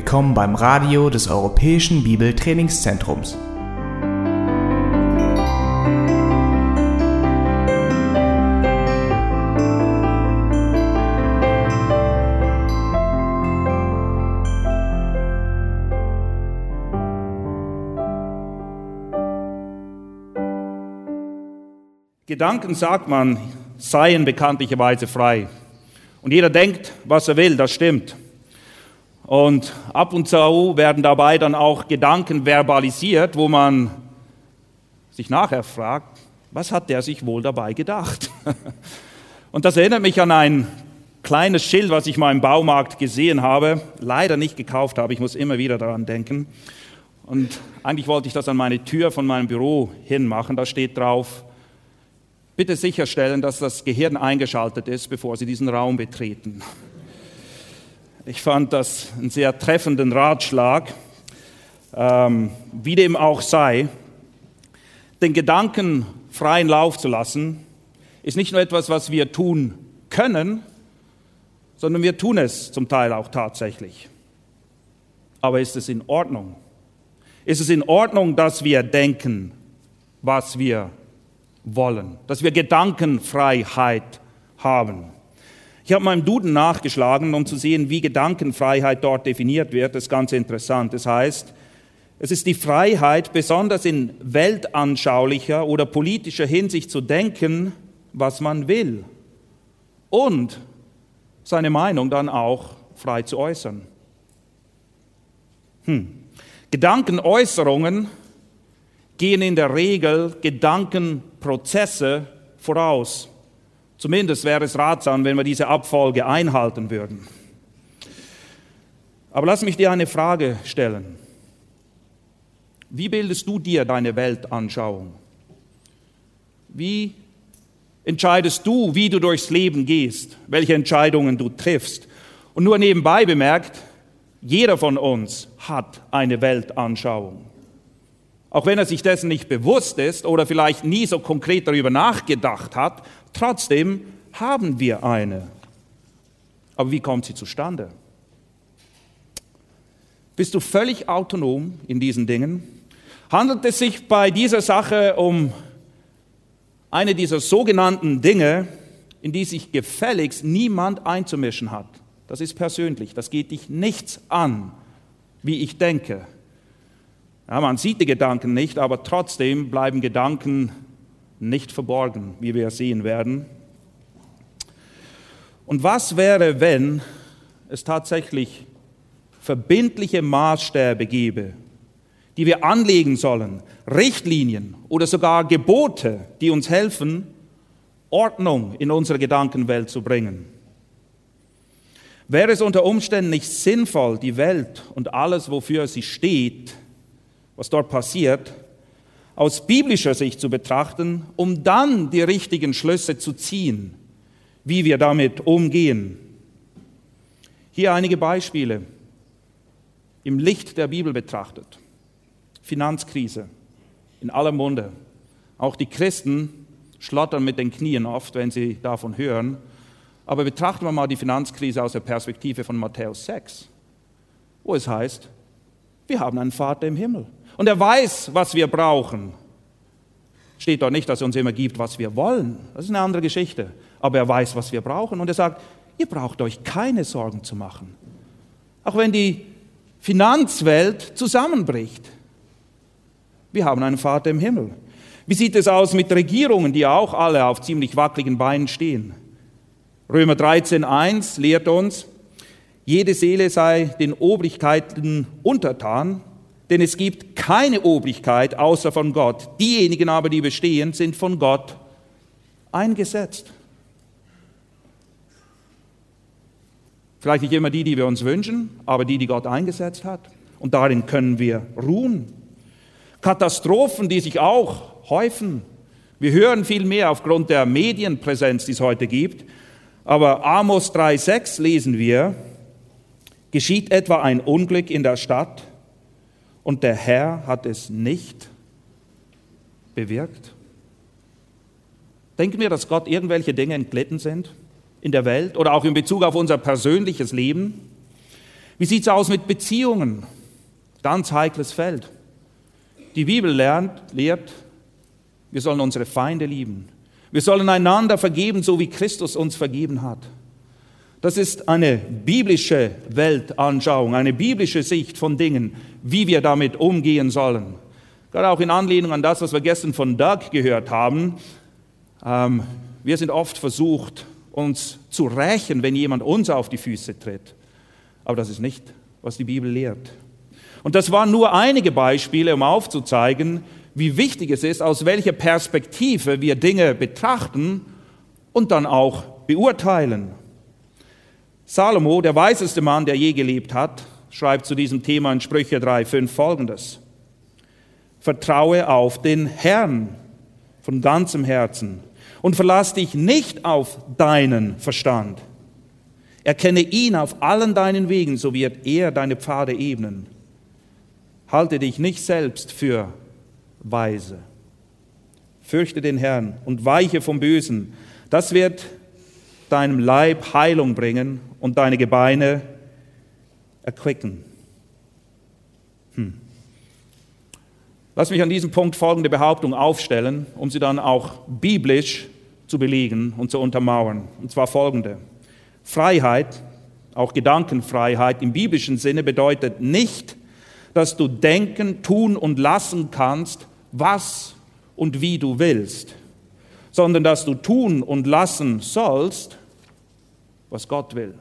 Willkommen beim Radio des Europäischen Bibeltrainingszentrums. Gedanken, sagt man, seien bekanntlicherweise frei. Und jeder denkt, was er will, das stimmt. Und ab und zu werden dabei dann auch Gedanken verbalisiert, wo man sich nachher fragt, was hat der sich wohl dabei gedacht? Und das erinnert mich an ein kleines Schild, was ich mal im Baumarkt gesehen habe, leider nicht gekauft habe, ich muss immer wieder daran denken. Und eigentlich wollte ich das an meine Tür von meinem Büro hinmachen, da steht drauf: Bitte sicherstellen, dass das Gehirn eingeschaltet ist, bevor Sie diesen Raum betreten. Ich fand das einen sehr treffenden Ratschlag. Wie dem auch sei, den Gedanken freien Lauf zu lassen, ist nicht nur etwas, was wir tun können, sondern wir tun es zum Teil auch tatsächlich. Aber ist es in Ordnung? Ist es in Ordnung, dass wir denken, was wir wollen, dass wir Gedankenfreiheit haben? Ich habe mal im Duden nachgeschlagen, um zu sehen, wie Gedankenfreiheit dort definiert wird. Das ist ganz interessant. Das heißt, es ist die Freiheit, besonders in weltanschaulicher oder politischer Hinsicht zu denken, was man will und seine Meinung dann auch frei zu äußern. Gedankenäußerungen gehen in der Regel Gedankenprozesse voraus. Zumindest wäre es ratsam, wenn wir diese Abfolge einhalten würden. Aber lass mich dir eine Frage stellen. Wie bildest du dir deine Weltanschauung? Wie entscheidest du, wie du durchs Leben gehst, welche Entscheidungen du triffst? Und nur nebenbei bemerkt, jeder von uns hat eine Weltanschauung. Auch wenn er sich dessen nicht bewusst ist oder vielleicht nie so konkret darüber nachgedacht hat, trotzdem haben wir eine. Aber wie kommt sie zustande? Bist du völlig autonom in diesen Dingen? Handelt es sich bei dieser Sache um eine dieser sogenannten Dinge, in die sich gefälligst niemand einzumischen hat? Das ist persönlich, das geht dich nichts an, wie ich denke. Ja, man sieht die Gedanken nicht, aber trotzdem bleiben Gedanken nicht verborgen, wie wir sehen werden. Und was wäre, wenn es tatsächlich verbindliche Maßstäbe gäbe, die wir anlegen sollen, Richtlinien oder sogar Gebote, die uns helfen, Ordnung in unsere Gedankenwelt zu bringen? Wäre es unter Umständen nicht sinnvoll, die Welt und alles, wofür sie steht, was dort passiert, aus biblischer Sicht zu betrachten, um dann die richtigen Schlüsse zu ziehen, wie wir damit umgehen? Hier einige Beispiele im Licht der Bibel betrachtet. Finanzkrise in aller Munde. Auch die Christen schlottern mit den Knien oft, wenn sie davon hören. Aber betrachten wir mal die Finanzkrise aus der Perspektive von Matthäus 6, wo es heißt, wir haben einen Vater im Himmel. Und er weiß, was wir brauchen. Steht dort nicht, dass er uns immer gibt, was wir wollen. Das ist eine andere Geschichte. Aber er weiß, was wir brauchen. Und er sagt, ihr braucht euch keine Sorgen zu machen. Auch wenn die Finanzwelt zusammenbricht. Wir haben einen Vater im Himmel. Wie sieht es aus mit Regierungen, die auch alle auf ziemlich wackeligen Beinen stehen? Römer 13,1 lehrt uns, jede Seele sei den Obrigkeiten untertan, denn es gibt keine Obrigkeit außer von Gott. Diejenigen aber, die bestehen, sind von Gott eingesetzt. Vielleicht nicht immer die, die wir uns wünschen, aber die Gott eingesetzt hat. Und darin können wir ruhen. Katastrophen, die sich auch häufen. Wir hören viel mehr aufgrund der Medienpräsenz, die es heute gibt. Aber Amos 3,6 lesen wir, geschieht etwa ein Unglück in der Stadt und der Herr hat es nicht bewirkt? Denken wir, dass Gott irgendwelche Dinge entglitten sind in der Welt oder auch in Bezug auf unser persönliches Leben? Wie sieht es aus mit Beziehungen? Ganz heikles Feld. Die Bibel lehrt, wir sollen unsere Feinde lieben. Wir sollen einander vergeben, so wie Christus uns vergeben hat. Das ist eine biblische Weltanschauung, eine biblische Sicht von Dingen, wie wir damit umgehen sollen. Gerade auch in Anlehnung an das, was wir gestern von Doug gehört haben. Wir sind oft versucht, uns zu rächen, wenn jemand uns auf die Füße tritt. Aber das ist nicht, was die Bibel lehrt. Und das waren nur einige Beispiele, um aufzuzeigen, wie wichtig es ist, aus welcher Perspektive wir Dinge betrachten und dann auch beurteilen. Salomo, der weiseste Mann, der je gelebt hat, schreibt zu diesem Thema in Sprüche 3,5 Folgendes: Vertraue auf den Herrn von ganzem Herzen und verlass dich nicht auf deinen Verstand. Erkenne ihn auf allen deinen Wegen, so wird er deine Pfade ebnen. Halte dich nicht selbst für weise. Fürchte den Herrn und weiche vom Bösen. Das wird deinem Leib Heilung bringen und deine Gebeine erquicken. Lass mich an diesem Punkt folgende Behauptung aufstellen, um sie dann auch biblisch zu belegen und zu untermauern. Und zwar folgende: Freiheit, auch Gedankenfreiheit im biblischen Sinne, bedeutet nicht, dass du denken, tun und lassen kannst, was und wie du willst, sondern dass du tun und lassen sollst, was Gott will.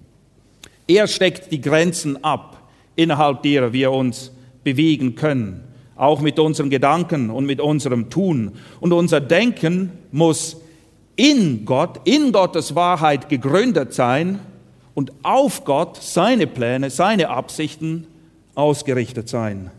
Er steckt die Grenzen ab, innerhalb derer wir uns bewegen können, auch mit unseren Gedanken und mit unserem Tun. Und unser Denken muss in Gottes Wahrheit gegründet sein und auf Gott, seine Pläne, seine Absichten ausgerichtet sein.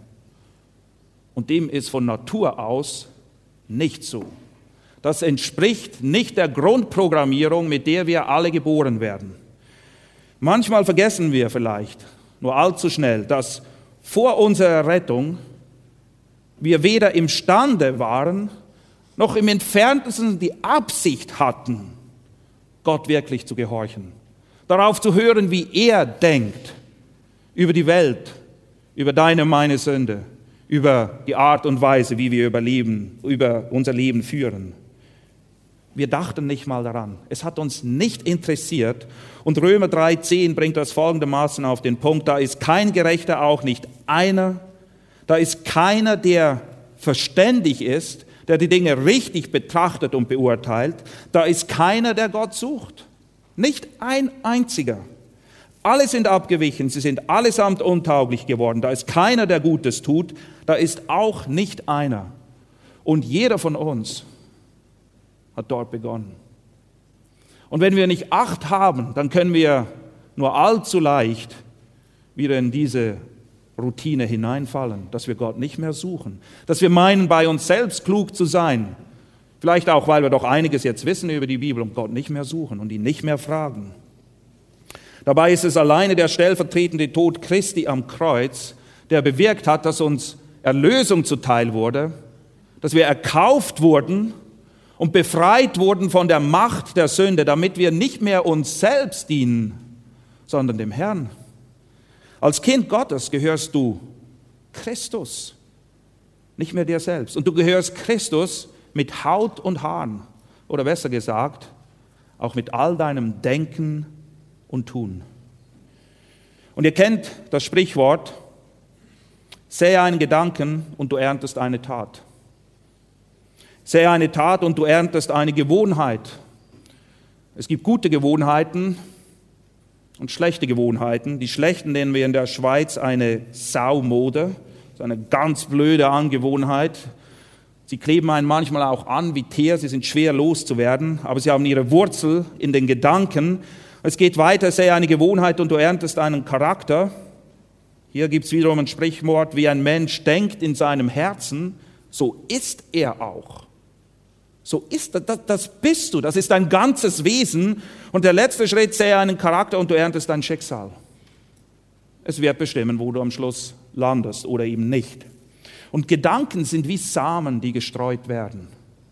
Und dem ist von Natur aus nicht so. Das entspricht nicht der Grundprogrammierung, mit der wir alle geboren werden. Manchmal vergessen wir vielleicht, nur allzu schnell, dass vor unserer Rettung wir weder imstande waren, noch im Entferntesten die Absicht hatten, Gott wirklich zu gehorchen. Darauf zu hören, wie er denkt über die Welt, über deine und meine Sünde, über die Art und Weise, wie wir über unser Leben führen. Wir dachten nicht mal daran. Es hat uns nicht interessiert. Und Römer 3,10 bringt das folgendermaßen auf den Punkt: Da ist kein Gerechter, auch nicht einer. Da ist keiner, der verständig ist, der die Dinge richtig betrachtet und beurteilt. Da ist keiner, der Gott sucht. Nicht ein einziger. Alle sind abgewichen, sie sind allesamt untauglich geworden. Da ist keiner, der Gutes tut. Da ist auch nicht einer. Und jeder von uns hat dort begonnen. Und wenn wir nicht Acht haben, dann können wir nur allzu leicht wieder in diese Routine hineinfallen, dass wir Gott nicht mehr suchen, dass wir meinen, bei uns selbst klug zu sein. Vielleicht auch, weil wir doch einiges jetzt wissen über die Bibel und Gott nicht mehr suchen und ihn nicht mehr fragen. Dabei ist es alleine der stellvertretende Tod Christi am Kreuz, der bewirkt hat, dass uns Erlösung zuteil wurde, dass wir erkauft wurden und befreit wurden von der Macht der Sünde, damit wir nicht mehr uns selbst dienen, sondern dem Herrn. Als Kind Gottes gehörst du Christus, nicht mehr dir selbst. Und du gehörst Christus mit Haut und Haaren, oder besser gesagt, auch mit all deinem Denken und Tun. Und ihr kennt das Sprichwort: Sähe einen Gedanken und du erntest eine Tat. Sähe eine Tat und du erntest eine Gewohnheit. Es gibt gute Gewohnheiten und schlechte Gewohnheiten. Die schlechten nennen wir in der Schweiz eine Saumode. Das ist eine ganz blöde Angewohnheit. Sie kleben einen manchmal auch an wie Teer, sie sind schwer loszuwerden, aber sie haben ihre Wurzel in den Gedanken. Es geht weiter: Sähe eine Gewohnheit und du erntest einen Charakter. Hier gibt es wiederum ein Sprichwort: Wie ein Mensch denkt in seinem Herzen, so ist er auch. So ist das bist du, das ist dein ganzes Wesen. Und der letzte Schritt: Sähe einen Charakter und du erntest dein Schicksal. Es wird bestimmen, wo du am Schluss landest oder eben nicht. Und Gedanken sind wie Samen, die gestreut werden.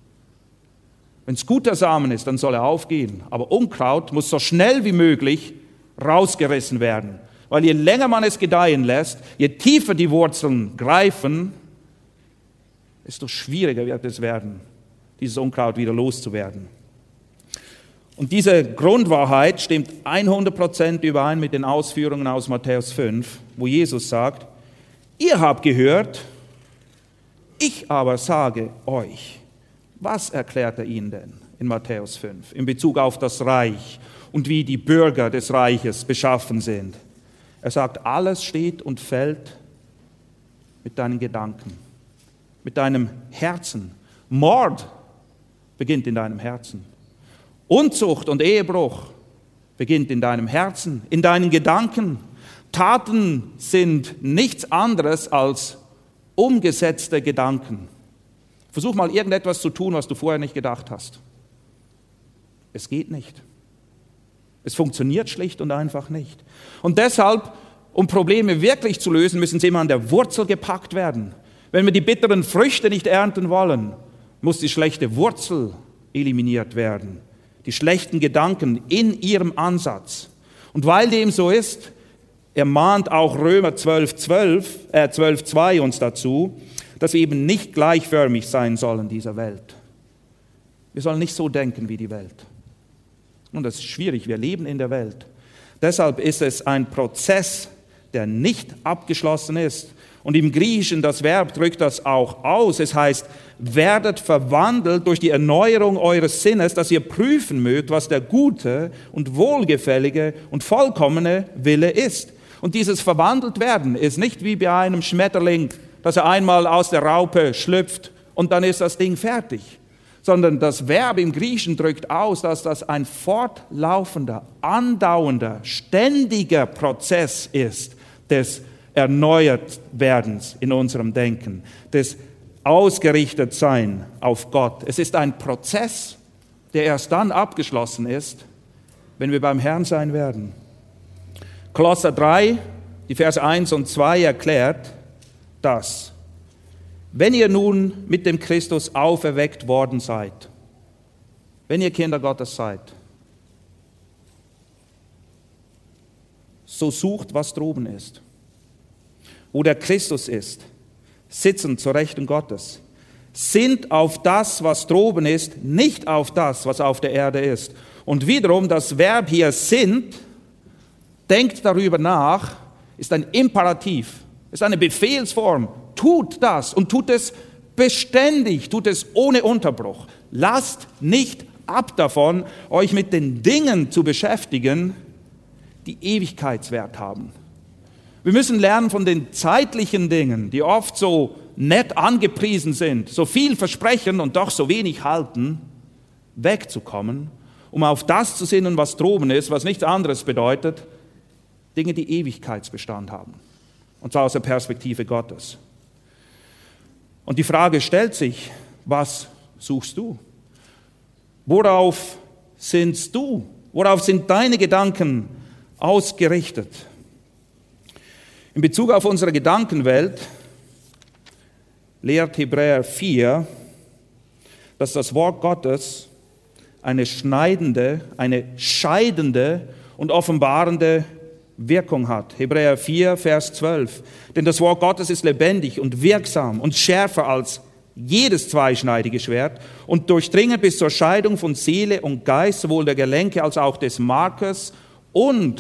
Wenn es guter Samen ist, dann soll er aufgehen. Aber Unkraut muss so schnell wie möglich rausgerissen werden. Weil je länger man es gedeihen lässt, je tiefer die Wurzeln greifen, desto schwieriger wird es werden, dieses Unkraut wieder loszuwerden. Und diese Grundwahrheit stimmt 100% überein mit den Ausführungen aus Matthäus 5, wo Jesus sagt, ihr habt gehört, ich aber sage euch. Was erklärt er ihnen denn in Matthäus 5 in Bezug auf das Reich und wie die Bürger des Reiches beschaffen sind? Er sagt, alles steht und fällt mit deinen Gedanken, mit deinem Herzen. Mord beginnt in deinem Herzen. Unzucht und Ehebruch beginnt in deinem Herzen, in deinen Gedanken. Taten sind nichts anderes als umgesetzte Gedanken. Versuch mal irgendetwas zu tun, was du vorher nicht gedacht hast. Es geht nicht. Es funktioniert schlicht und einfach nicht. Und deshalb, um Probleme wirklich zu lösen, müssen sie immer an der Wurzel gepackt werden. Wenn wir die bitteren Früchte nicht ernten wollen, muss die schlechte Wurzel eliminiert werden. Die schlechten Gedanken in ihrem Ansatz. Und weil dem so ist, ermahnt auch Römer 12,2 uns dazu, dass wir eben nicht gleichförmig sein sollen dieser Welt. Wir sollen nicht so denken wie die Welt. Und das ist schwierig, wir leben in der Welt. Deshalb ist es ein Prozess, der nicht abgeschlossen ist. Und im Griechischen, das Verb drückt das auch aus. Es heißt, werdet verwandelt durch die Erneuerung eures Sinnes, dass ihr prüfen mögt, was der gute und wohlgefällige und vollkommene Wille ist. Und dieses Verwandeltwerden ist nicht wie bei einem Schmetterling, dass er einmal aus der Raupe schlüpft und dann ist das Ding fertig. Sondern das Verb im Griechischen drückt aus, dass das ein fortlaufender, andauernder, ständiger Prozess ist des Erneuertwerdens in unserem Denken, des Ausgerichtetsein auf Gott. Es ist ein Prozess, der erst dann abgeschlossen ist, wenn wir beim Herrn sein werden. Kolosser 3, die Verse 1 und 2 erklärt das. Wenn ihr nun mit dem Christus auferweckt worden seid, wenn ihr Kinder Gottes seid, so sucht, was droben ist, wo der Christus ist, sitzend zur Rechten Gottes. Sinnt auf das, was droben ist, nicht auf das, was auf der Erde ist. Und wiederum, das Verb hier sinnt, denkt darüber nach, ist ein Imperativ, ist eine Befehlsform. Tut das und tut es beständig, tut es ohne Unterbruch. Lasst nicht ab davon, euch mit den Dingen zu beschäftigen, die Ewigkeitswert haben. Wir müssen lernen von den zeitlichen Dingen, die oft so nett angepriesen sind, so viel versprechen und doch so wenig halten, wegzukommen, um auf das zu sinnen, was droben ist, was nichts anderes bedeutet, Dinge, die Ewigkeitsbestand haben. Und zwar aus der Perspektive Gottes. Und die Frage stellt sich, was suchst du? Worauf sinnst du? Worauf sind deine Gedanken ausgerichtet? In Bezug auf unsere Gedankenwelt lehrt Hebräer 4, dass das Wort Gottes eine schneidende, eine scheidende und offenbarende Wirkung hat. Hebräer 4, Vers 12. Denn das Wort Gottes ist lebendig und wirksam und schärfer als jedes zweischneidige Schwert und durchdringend bis zur Scheidung von Seele und Geist, sowohl der Gelenke als auch des Markes und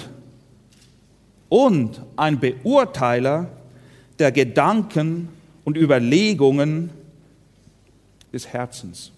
ein Beurteiler der Gedanken und Überlegungen des Herzens.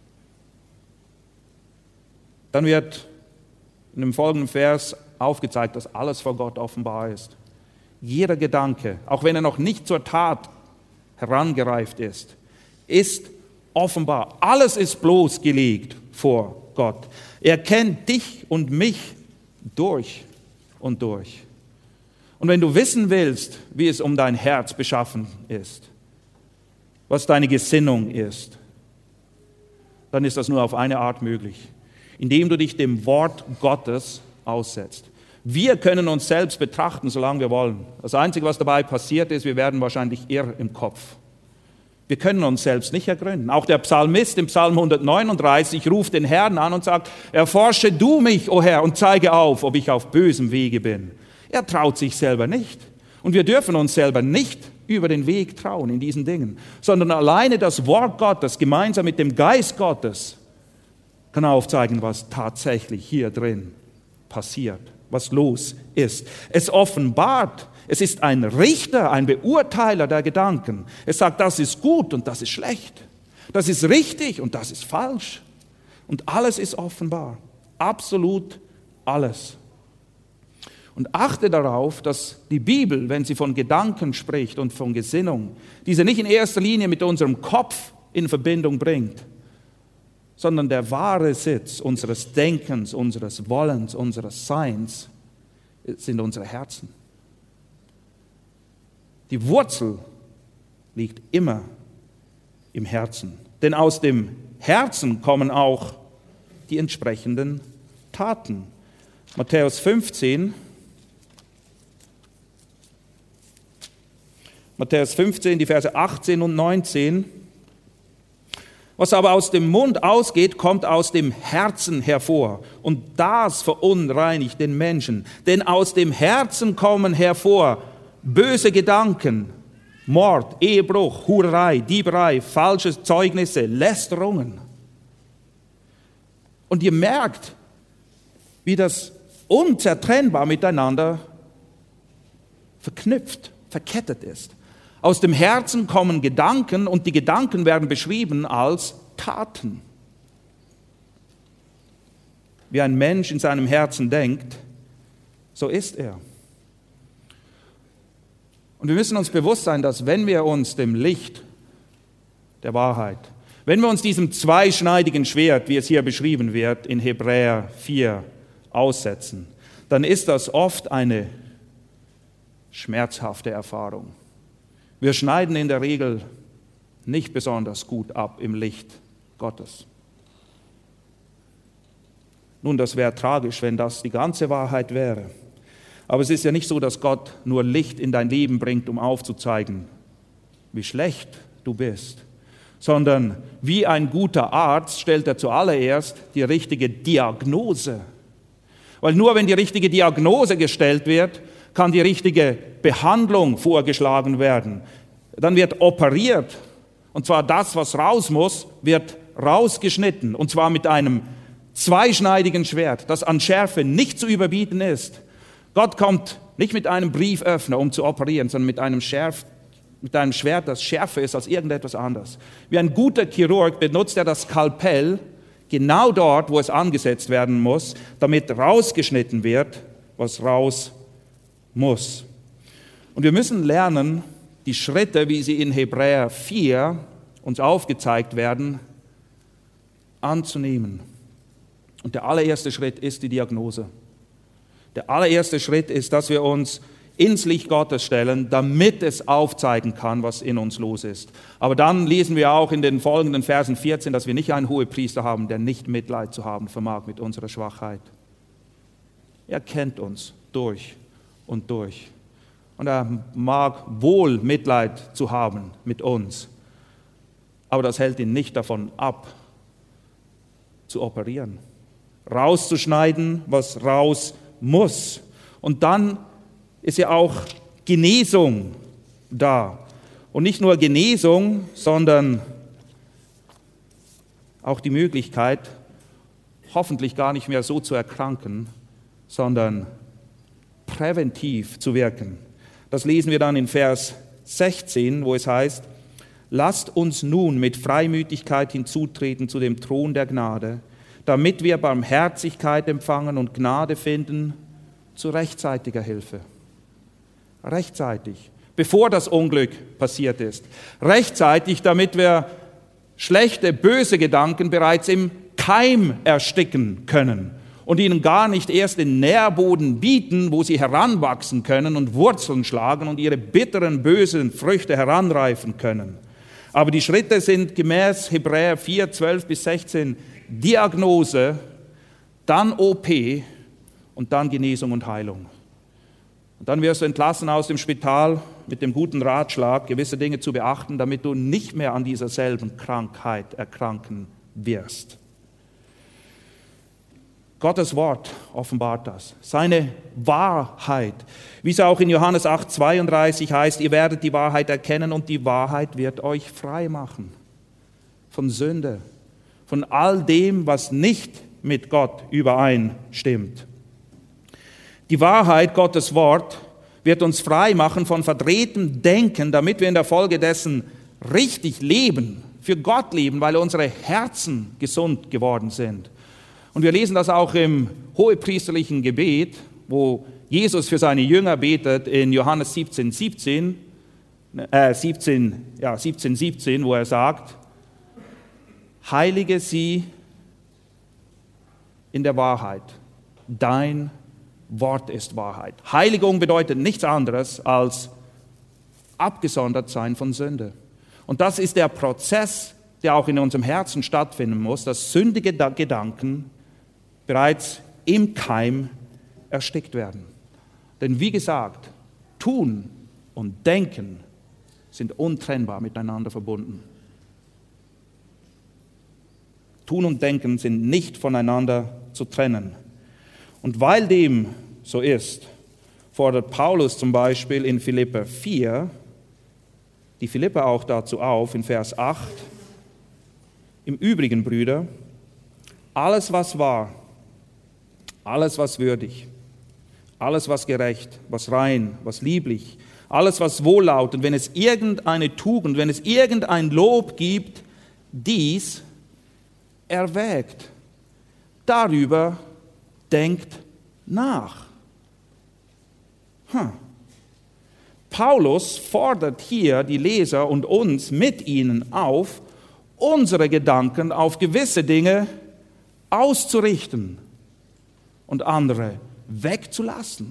Dann wird in dem folgenden Vers aufgezeigt, dass alles vor Gott offenbar ist. Jeder Gedanke, auch wenn er noch nicht zur Tat herangereift ist offenbar. Alles ist bloßgelegt vor Gott. Er kennt dich und mich durch und durch. Und wenn du wissen willst, wie es um dein Herz beschaffen ist, was deine Gesinnung ist, dann ist das nur auf eine Art möglich, indem du dich dem Wort Gottes aussetzt. Wir können uns selbst betrachten, solange wir wollen. Das Einzige, was dabei passiert ist, wir werden wahrscheinlich irr im Kopf. Wir können uns selbst nicht ergründen. Auch der Psalmist im Psalm 139 ruft den Herrn an und sagt, erforsche du mich, o Herr, und zeige auf, ob ich auf bösem Wege bin. Er traut sich selber nicht. Und wir dürfen uns selber nicht über den Weg trauen in diesen Dingen, sondern alleine das Wort Gottes gemeinsam mit dem Geist Gottes kann aufzeigen, was tatsächlich hier drin passiert, was los ist. Es offenbart, es ist ein Richter, ein Beurteiler der Gedanken. Es sagt, das ist gut und das ist schlecht. Das ist richtig und das ist falsch. Und alles ist offenbar. Absolut alles. Und achte darauf, dass die Bibel, wenn sie von Gedanken spricht und von Gesinnung, diese nicht in erster Linie mit unserem Kopf in Verbindung bringt, sondern der wahre Sitz unseres Denkens, unseres Wollens, unseres Seins sind unsere Herzen. Die Wurzel liegt immer im Herzen. Denn aus dem Herzen kommen auch die entsprechenden Taten. Matthäus 15, die Verse 18 und 19. Was aber aus dem Mund ausgeht, kommt aus dem Herzen hervor. Und das verunreinigt den Menschen. Denn aus dem Herzen kommen hervor böse Gedanken, Mord, Ehebruch, Hurerei, Dieberei, falsche Zeugnisse, Lästerungen. Und ihr merkt, wie das unzertrennbar miteinander verknüpft, verkettet ist. Aus dem Herzen kommen Gedanken und die Gedanken werden beschrieben als Taten. Wie ein Mensch in seinem Herzen denkt, so ist er. Und wir müssen uns bewusst sein, dass wenn wir uns dem Licht der Wahrheit, wenn wir uns diesem zweischneidigen Schwert, wie es hier beschrieben wird, in Hebräer 4 aussetzen, dann ist das oft eine schmerzhafte Erfahrung. Wir schneiden in der Regel nicht besonders gut ab im Licht Gottes. Nun, das wäre tragisch, wenn das die ganze Wahrheit wäre. Aber es ist ja nicht so, dass Gott nur Licht in dein Leben bringt, um aufzuzeigen, wie schlecht du bist, sondern wie ein guter Arzt stellt er zuallererst die richtige Diagnose. Weil nur wenn die richtige Diagnose gestellt wird, kann die richtige Behandlung vorgeschlagen werden. Dann wird operiert, und zwar das, was raus muss, wird rausgeschnitten, und zwar mit einem zweischneidigen Schwert, das an Schärfe nicht zu überbieten ist. Gott kommt nicht mit einem Brieföffner, um zu operieren, sondern mit einem Schwert, das schärfer ist als irgendetwas anderes. Wie ein guter Chirurg benutzt er das Skalpell genau dort, wo es angesetzt werden muss, damit rausgeschnitten wird, was raus muss. Und wir müssen lernen, die Schritte, wie sie in Hebräer 4 uns aufgezeigt werden, anzunehmen. Und der allererste Schritt ist die Diagnose. Der allererste Schritt ist, dass wir uns ins Licht Gottes stellen, damit es aufzeigen kann, was in uns los ist. Aber dann lesen wir auch in den folgenden Versen 14, dass wir nicht einen Hohepriester haben, der nicht Mitleid zu haben vermag mit unserer Schwachheit. Er kennt uns durch und durch. Und er mag wohl Mitleid zu haben mit uns. Aber das hält ihn nicht davon ab, zu operieren. Rauszuschneiden, was raus muss. Und dann ist ja auch Genesung da. Und nicht nur Genesung, sondern auch die Möglichkeit, hoffentlich gar nicht mehr so zu erkranken, sondern präventiv zu wirken. Das lesen wir dann in Vers 16, wo es heißt, lasst uns nun mit Freimütigkeit hinzutreten zu dem Thron der Gnade, damit wir Barmherzigkeit empfangen und Gnade finden zu rechtzeitiger Hilfe. Rechtzeitig, bevor das Unglück passiert ist. Rechtzeitig, damit wir schlechte, böse Gedanken bereits im Keim ersticken können und ihnen gar nicht erst den Nährboden bieten, wo sie heranwachsen können und Wurzeln schlagen und ihre bitteren, bösen Früchte heranreifen können. Aber die Schritte sind gemäß Hebräer 4, 12 bis 16 Diagnose, dann OP und dann Genesung und Heilung. Und dann wirst du entlassen aus dem Spital mit dem guten Ratschlag, gewisse Dinge zu beachten, damit du nicht mehr an dieser selben Krankheit erkranken wirst. Gottes Wort offenbart das, seine Wahrheit. Wie es auch in Johannes 8,32 heißt, ihr werdet die Wahrheit erkennen und die Wahrheit wird euch frei machen von Sünde, von all dem, was nicht mit Gott übereinstimmt. Die Wahrheit, Gottes Wort, wird uns frei machen von verdrehtem Denken, damit wir in der Folge dessen richtig leben, für Gott leben, weil unsere Herzen gesund geworden sind. Und wir lesen das auch im hohepriesterlichen Gebet, wo Jesus für seine Jünger betet in Johannes 17, wo er sagt, heilige sie in der Wahrheit, dein Wort ist Wahrheit. Heiligung bedeutet nichts anderes als abgesondert sein von Sünde. Und das ist der Prozess, der auch in unserem Herzen stattfinden muss, dass sündige Gedanken bereits im Keim erstickt werden. Denn wie gesagt, Tun und Denken sind untrennbar miteinander verbunden. Tun und Denken sind nicht voneinander zu trennen. Und weil dem so ist, fordert Paulus zum Beispiel in Philipper 4 die Philipper auch dazu auf, in Vers 8, im Übrigen, Brüder, alles was wahr, alles was würdig, alles was gerecht, was rein, was lieblich, alles was wohllautend, wenn es irgendeine Tugend, wenn es irgendein Lob gibt, dies erwägt. Darüber denkt nach. Paulus fordert hier die Leser und uns mit ihnen auf, unsere Gedanken auf gewisse Dinge auszurichten und andere wegzulassen.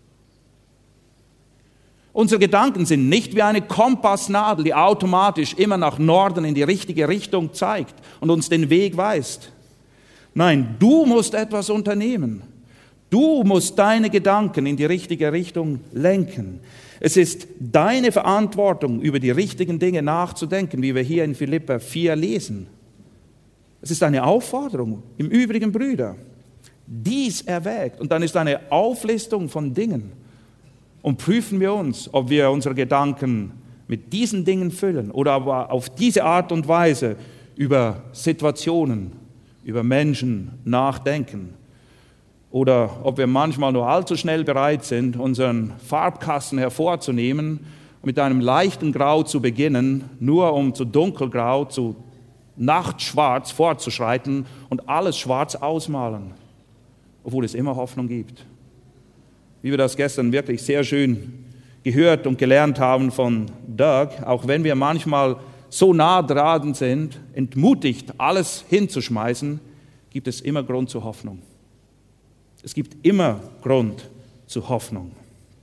Unsere Gedanken sind nicht wie eine Kompassnadel, die automatisch immer nach Norden in die richtige Richtung zeigt und uns den Weg weist. Nein, du musst etwas unternehmen. Du musst deine Gedanken in die richtige Richtung lenken. Es ist deine Verantwortung, über die richtigen Dinge nachzudenken, wie wir hier in Philipper 4 lesen. Es ist eine Aufforderung, im Übrigen, Brüder, dies erwägt. Und dann ist eine Auflistung von Dingen. Und prüfen wir uns, ob wir unsere Gedanken mit diesen Dingen füllen oder aber auf diese Art und Weise über Situationen, über Menschen nachdenken. Oder ob wir manchmal nur allzu schnell bereit sind, unseren Farbkasten hervorzunehmen und mit einem leichten Grau zu beginnen, nur um zu dunkelgrau, zu nachtschwarz fortzuschreiten und alles schwarz ausmalen, obwohl es immer Hoffnung gibt. Wie wir das gestern wirklich sehr schön gehört und gelernt haben von Doug, auch wenn wir manchmal so nah dran sind, entmutigt, alles hinzuschmeißen, gibt es immer Grund zur Hoffnung. Es gibt immer Grund zur Hoffnung.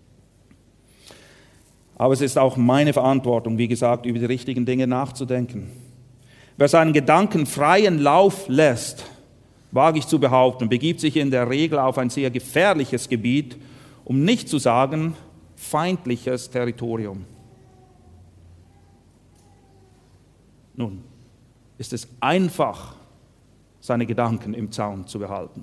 Aber es ist auch meine Verantwortung, wie gesagt, über die richtigen Dinge nachzudenken. Wer seinen Gedanken freien Lauf lässt, wage ich zu behaupten, begibt sich in der Regel auf ein sehr gefährliches Gebiet, um nicht zu sagen feindliches Territorium. Nun, ist es einfach, seine Gedanken im Zaum zu behalten?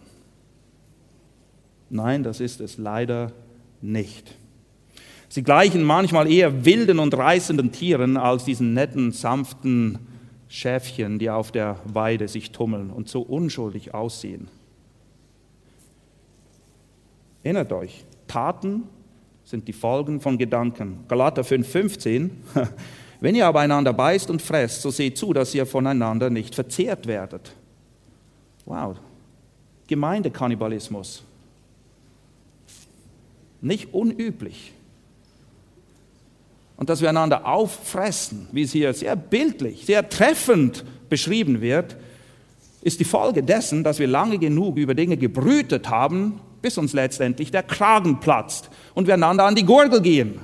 Nein, das ist es leider nicht. Sie gleichen manchmal eher wilden und reißenden Tieren als diesen netten, sanften Schäfchen, die auf der Weide sich tummeln und so unschuldig aussehen. Erinnert euch, Taten sind die Folgen von Gedanken. Galater 5,15. Wenn ihr aber einander beißt und fresst, so seht zu, dass ihr voneinander nicht verzehrt werdet. Wow. Gemeindekannibalismus. Nicht unüblich. Und dass wir einander auffressen, wie es hier sehr bildlich, sehr treffend beschrieben wird, ist die Folge dessen, dass wir lange genug über Dinge gebrütet haben, bis uns letztendlich der Kragen platzt und wir einander an die Gurgel gehen.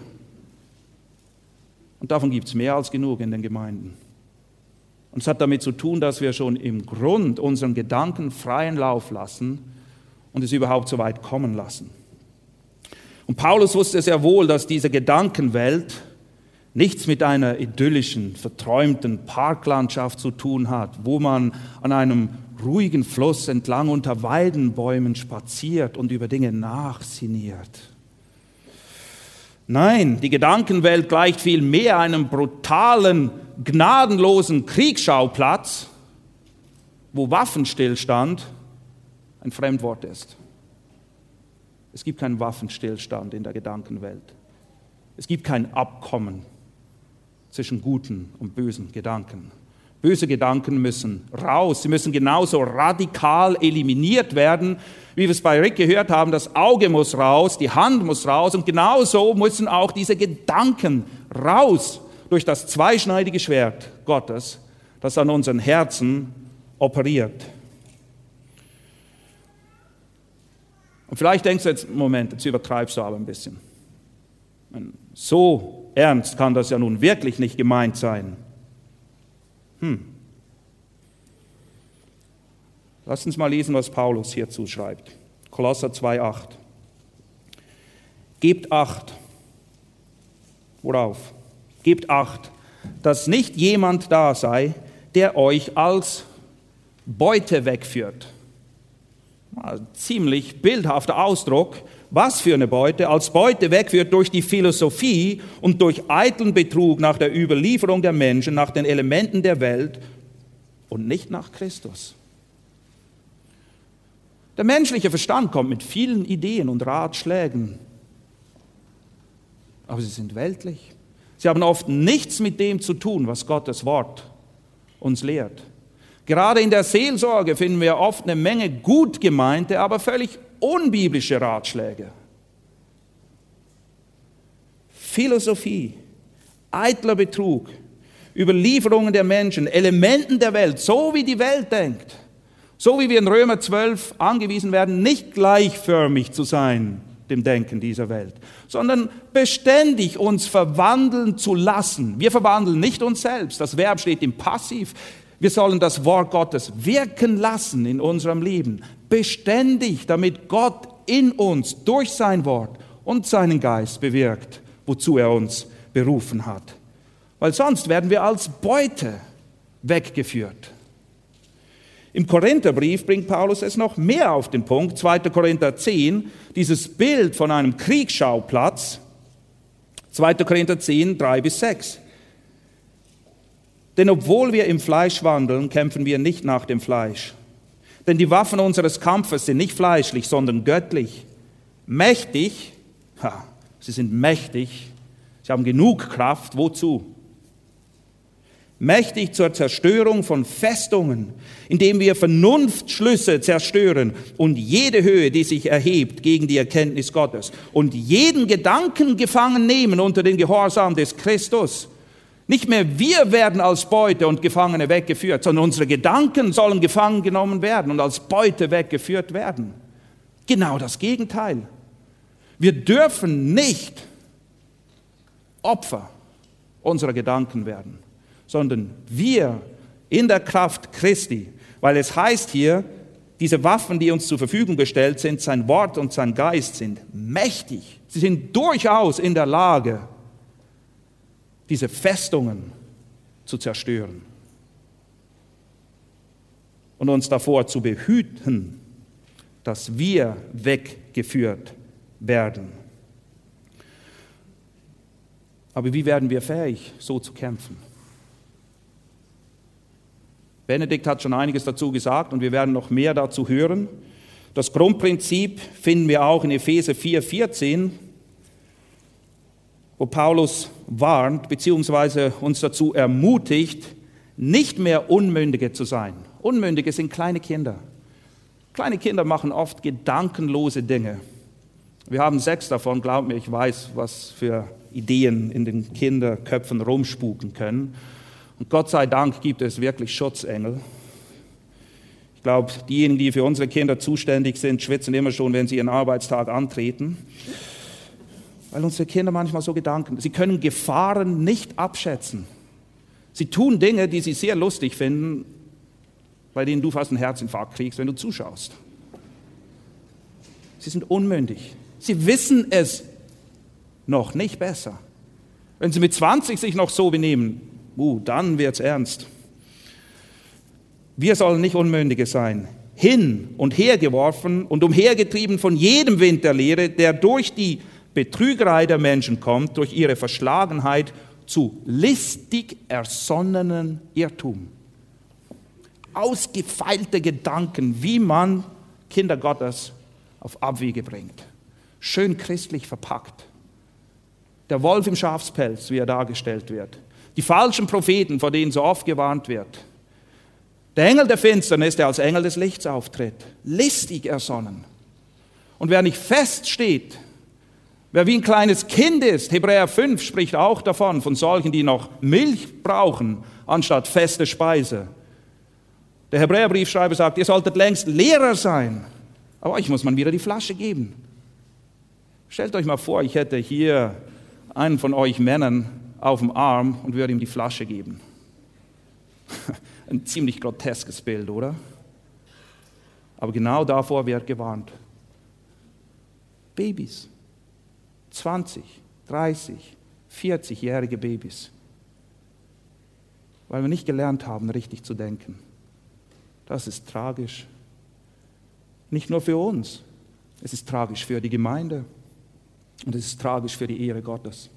Und davon gibt es mehr als genug in den Gemeinden. Und es hat damit zu tun, dass wir schon im Grund unseren Gedanken freien Lauf lassen und es überhaupt so weit kommen lassen. Und Paulus wusste sehr wohl, dass diese Gedankenwelt nichts mit einer idyllischen, verträumten Parklandschaft zu tun hat, wo man an einem ruhigen Fluss entlang unter Weidenbäumen spaziert und über Dinge nachsinniert. Nein, die Gedankenwelt gleicht vielmehr einem brutalen, gnadenlosen Kriegsschauplatz, wo Waffenstillstand ein Fremdwort ist. Es gibt keinen Waffenstillstand in der Gedankenwelt. Es gibt kein Abkommen zwischen guten und bösen Gedanken. Böse Gedanken müssen raus. Sie müssen genauso radikal eliminiert werden, wie wir es bei Rick gehört haben. Das Auge muss raus, die Hand muss raus und genauso müssen auch diese Gedanken raus durch das zweischneidige Schwert Gottes, das an unseren Herzen operiert. Und vielleicht denkst du jetzt, Moment, jetzt übertreibst du aber ein bisschen. So ernst kann das ja nun wirklich nicht gemeint sein. Lasst uns mal lesen, was Paulus hierzu schreibt. Kolosser 2,8. Gebt Acht. Worauf? Gebt Acht, dass nicht jemand da sei, der euch als Beute wegführt. Ziemlich bildhafter Ausdruck. Was für eine Beute? Als Beute wegführt durch die Philosophie und durch eitlen Betrug nach der Überlieferung der Menschen, nach den Elementen der Welt und nicht nach Christus. Der menschliche Verstand kommt mit vielen Ideen und Ratschlägen, aber sie sind weltlich. Sie haben oft nichts mit dem zu tun, was Gottes Wort uns lehrt. Gerade in der Seelsorge finden wir oft eine Menge gut gemeinte, aber völlig unbiblische Ratschläge. Philosophie, eitler Betrug, Überlieferungen der Menschen, Elementen der Welt, so wie die Welt denkt, so wie wir in Römer 12 angewiesen werden, nicht gleichförmig zu sein dem Denken dieser Welt, sondern beständig uns verwandeln zu lassen. Wir verwandeln nicht uns selbst, das Verb steht im Passiv. Wir sollen das Wort Gottes wirken lassen in unserem Leben, beständig, damit Gott in uns durch sein Wort und seinen Geist bewirkt, wozu er uns berufen hat. Weil sonst werden wir als Beute weggeführt. Im Korintherbrief bringt Paulus es noch mehr auf den Punkt, 2. Korinther 10, dieses Bild von einem Kriegsschauplatz, 2. Korinther 10, 3-6. Denn obwohl wir im Fleisch wandeln, kämpfen wir nicht nach dem Fleisch. Denn die Waffen unseres Kampfes sind nicht fleischlich, sondern göttlich. Mächtig, sie sind mächtig, sie haben genug Kraft, wozu? Mächtig zur Zerstörung von Festungen, indem wir Vernunftschlüsse zerstören und jede Höhe, die sich erhebt gegen die Erkenntnis Gottes und jeden Gedanken gefangen nehmen unter den Gehorsam des Christus. Nicht mehr wir werden als Beute und Gefangene weggeführt, sondern unsere Gedanken sollen gefangen genommen werden und als Beute weggeführt werden. Genau das Gegenteil. Wir dürfen nicht Opfer unserer Gedanken werden, sondern wir in der Kraft Christi, weil es heißt hier, diese Waffen, die uns zur Verfügung gestellt sind, sein Wort und sein Geist sind mächtig. Sie sind durchaus in der Lage, diese Festungen zu zerstören und uns davor zu behüten, dass wir weggeführt werden. Aber wie werden wir fähig, so zu kämpfen? Benedikt hat schon einiges dazu gesagt und wir werden noch mehr dazu hören. Das Grundprinzip finden wir auch in Epheser 4,14, wo Paulus warnt bzw. uns dazu ermutigt, nicht mehr Unmündige zu sein. Unmündige sind kleine Kinder. Kleine Kinder machen oft gedankenlose Dinge. Wir haben 6 davon, glaub mir, ich weiß, was für Ideen in den Kinderköpfen rumspuken können. Und Gott sei Dank gibt es wirklich Schutzengel. Ich glaube, diejenigen, die für unsere Kinder zuständig sind, schwitzen immer schon, wenn sie ihren Arbeitstag antreten. Weil unsere Kinder manchmal so Gedanken, sie können Gefahren nicht abschätzen. Sie tun Dinge, die sie sehr lustig finden, bei denen du fast einen Herzinfarkt kriegst, wenn du zuschaust. Sie sind unmündig. Sie wissen es noch nicht besser. Wenn sie mit 20 sich noch so benehmen, dann wird's ernst. Wir sollen nicht Unmündige sein, hin und her geworfen und umhergetrieben von jedem Wind der Lehre, der durch die Betrügerei der Menschen kommt, durch ihre Verschlagenheit zu listig ersonnenen Irrtum. Ausgefeilte Gedanken, wie man Kinder Gottes auf Abwege bringt. Schön christlich verpackt. Der Wolf im Schafspelz, wie er dargestellt wird. Die falschen Propheten, vor denen so oft gewarnt wird. Der Engel der Finsternis, der als Engel des Lichts auftritt. Listig ersonnen. Und wer nicht feststeht, wer wie ein kleines Kind ist, Hebräer 5 spricht auch davon, von solchen, die noch Milch brauchen, anstatt feste Speise. Der Hebräerbriefschreiber sagt, ihr solltet längst Lehrer sein, aber euch muss man wieder die Flasche geben. Stellt euch mal vor, ich hätte hier einen von euch Männern auf dem Arm und würde ihm die Flasche geben. Ein ziemlich groteskes Bild, oder? Aber genau davor wird gewarnt. Babys, 20, 30, 40-jährige Babys, weil wir nicht gelernt haben, richtig zu denken. Das ist tragisch. Nicht nur für uns, es ist tragisch für die Gemeinde und es ist tragisch für die Ehre Gottes.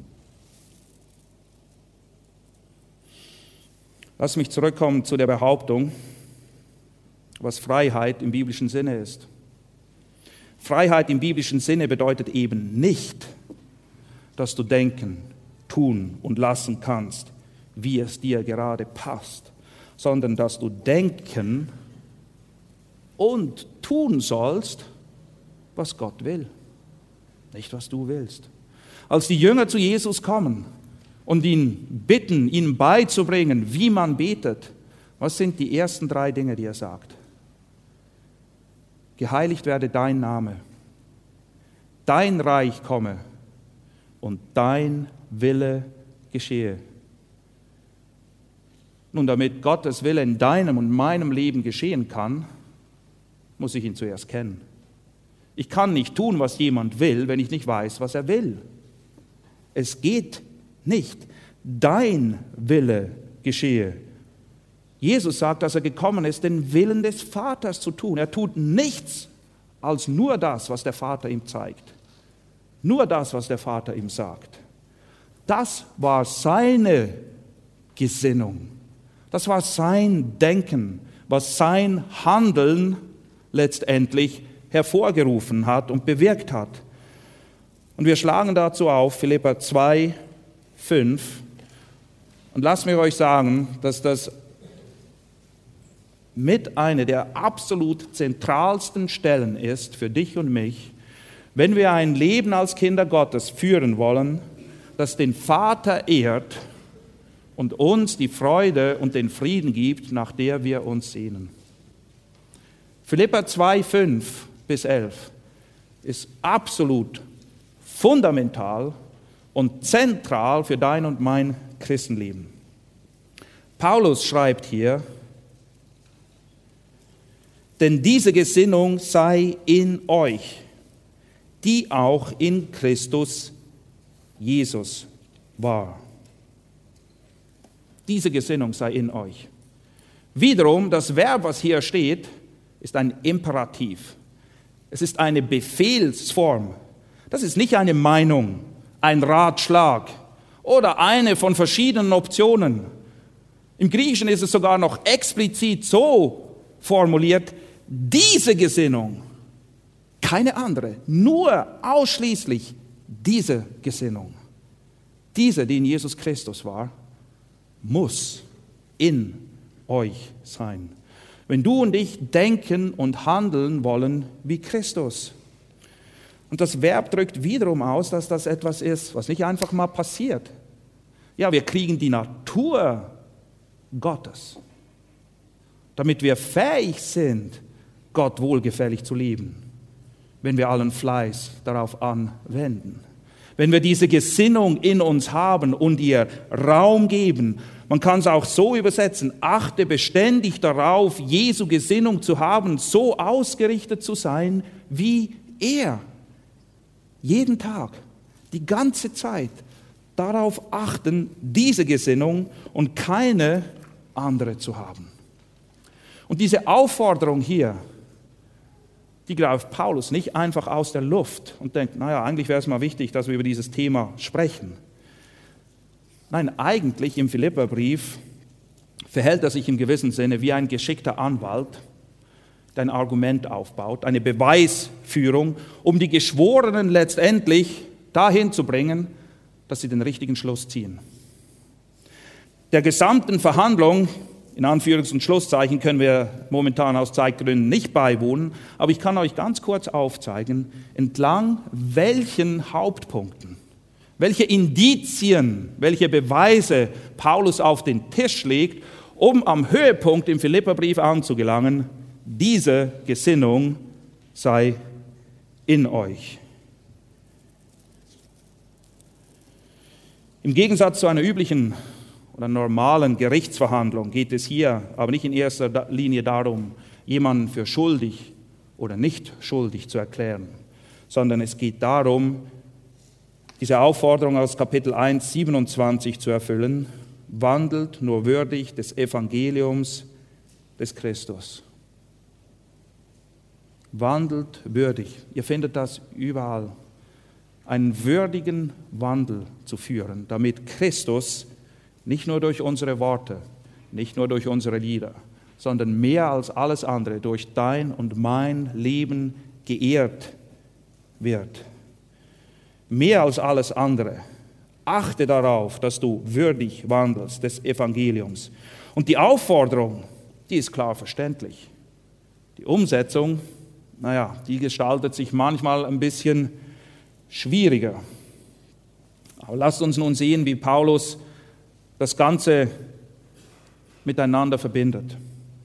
Lass mich zurückkommen zu der Behauptung, was Freiheit im biblischen Sinne ist. Freiheit im biblischen Sinne bedeutet eben nicht, dass du denken, tun und lassen kannst, wie es dir gerade passt, sondern dass du denken und tun sollst, was Gott will, nicht was du willst. Als die Jünger zu Jesus kommen und ihn bitten, ihnen beizubringen, wie man betet, was sind die ersten 3 Dinge, die er sagt? Geheiligt werde dein Name, dein Reich komme und dein Wille geschehe. Nun, damit Gottes Wille in deinem und meinem Leben geschehen kann, muss ich ihn zuerst kennen. Ich kann nicht tun, was jemand will, wenn ich nicht weiß, was er will. Es geht nicht. Dein Wille geschehe. Jesus sagt, dass er gekommen ist, den Willen des Vaters zu tun. Er tut nichts als nur das, was der Vater ihm zeigt. Nur das, was der Vater ihm sagt. Das war seine Gesinnung. Das war sein Denken, was sein Handeln letztendlich hervorgerufen hat und bewirkt hat. Und wir schlagen dazu auf Philipper 2, 5. Und lasst mich euch sagen, dass das mit einer der absolut zentralsten Stellen ist für dich und mich, wenn wir ein Leben als Kinder Gottes führen wollen, das den Vater ehrt und uns die Freude und den Frieden gibt, nach der wir uns sehnen. Philipper 2, 5 bis 11 ist absolut fundamental und zentral für dein und mein Christenleben. Paulus schreibt hier, denn diese Gesinnung sei in euch, die auch in Christus Jesus war. Diese Gesinnung sei in euch. Wiederum, das Verb, was hier steht, ist ein Imperativ. Es ist eine Befehlsform. Das ist nicht eine Meinung, ein Ratschlag oder eine von verschiedenen Optionen. Im Griechischen ist es sogar noch explizit so formuliert, diese Gesinnung, keine andere, nur ausschließlich diese Gesinnung. Diese, die in Jesus Christus war, muss in euch sein. Wenn du und ich denken und handeln wollen wie Christus. Und das Verb drückt wiederum aus, dass das etwas ist, was nicht einfach mal passiert. Ja, wir kriegen die Natur Gottes, damit wir fähig sind, Gott wohlgefällig zu lieben, wenn wir allen Fleiß darauf anwenden. Wenn wir diese Gesinnung in uns haben und ihr Raum geben, man kann es auch so übersetzen, achte beständig darauf, Jesu Gesinnung zu haben, so ausgerichtet zu sein, wie er. Jeden Tag, die ganze Zeit, darauf achten, diese Gesinnung und keine andere zu haben. Und diese Aufforderung hier, die greift Paulus nicht einfach aus der Luft und denkt, naja, eigentlich wäre es mal wichtig, dass wir über dieses Thema sprechen. Nein, eigentlich im Philipperbrief verhält er sich im gewissen Sinne wie ein geschickter Anwalt, der ein Argument aufbaut, eine Beweisführung, um die Geschworenen letztendlich dahin zu bringen, dass sie den richtigen Schluss ziehen. Der gesamten Verhandlung, in Anführungs- und Schlusszeichen, können wir momentan aus Zeitgründen nicht beiwohnen, aber ich kann euch ganz kurz aufzeigen, entlang welchen Hauptpunkten, welche Indizien, welche Beweise Paulus auf den Tisch legt, um am Höhepunkt im Philipperbrief anzugelangen, diese Gesinnung sei in euch. Im Gegensatz zu einer üblichen oder normalen Gerichtsverhandlung geht es hier aber nicht in erster Linie darum, jemanden für schuldig oder nicht schuldig zu erklären, sondern es geht darum, diese Aufforderung aus Kapitel 1, 27 zu erfüllen: wandelt nur würdig des Evangeliums des Christus. Wandelt würdig. Ihr findet das überall. Einen würdigen Wandel zu führen, damit Christus nicht nur durch unsere Worte, nicht nur durch unsere Lieder, sondern mehr als alles andere durch dein und mein Leben geehrt wird. Mehr als alles andere. Achte darauf, dass du würdig wandelst des Evangeliums. Und die Aufforderung, die ist klar verständlich. Die Umsetzung, die gestaltet sich manchmal ein bisschen schwieriger. Aber lasst uns nun sehen, wie Paulus das Ganze miteinander verbindet.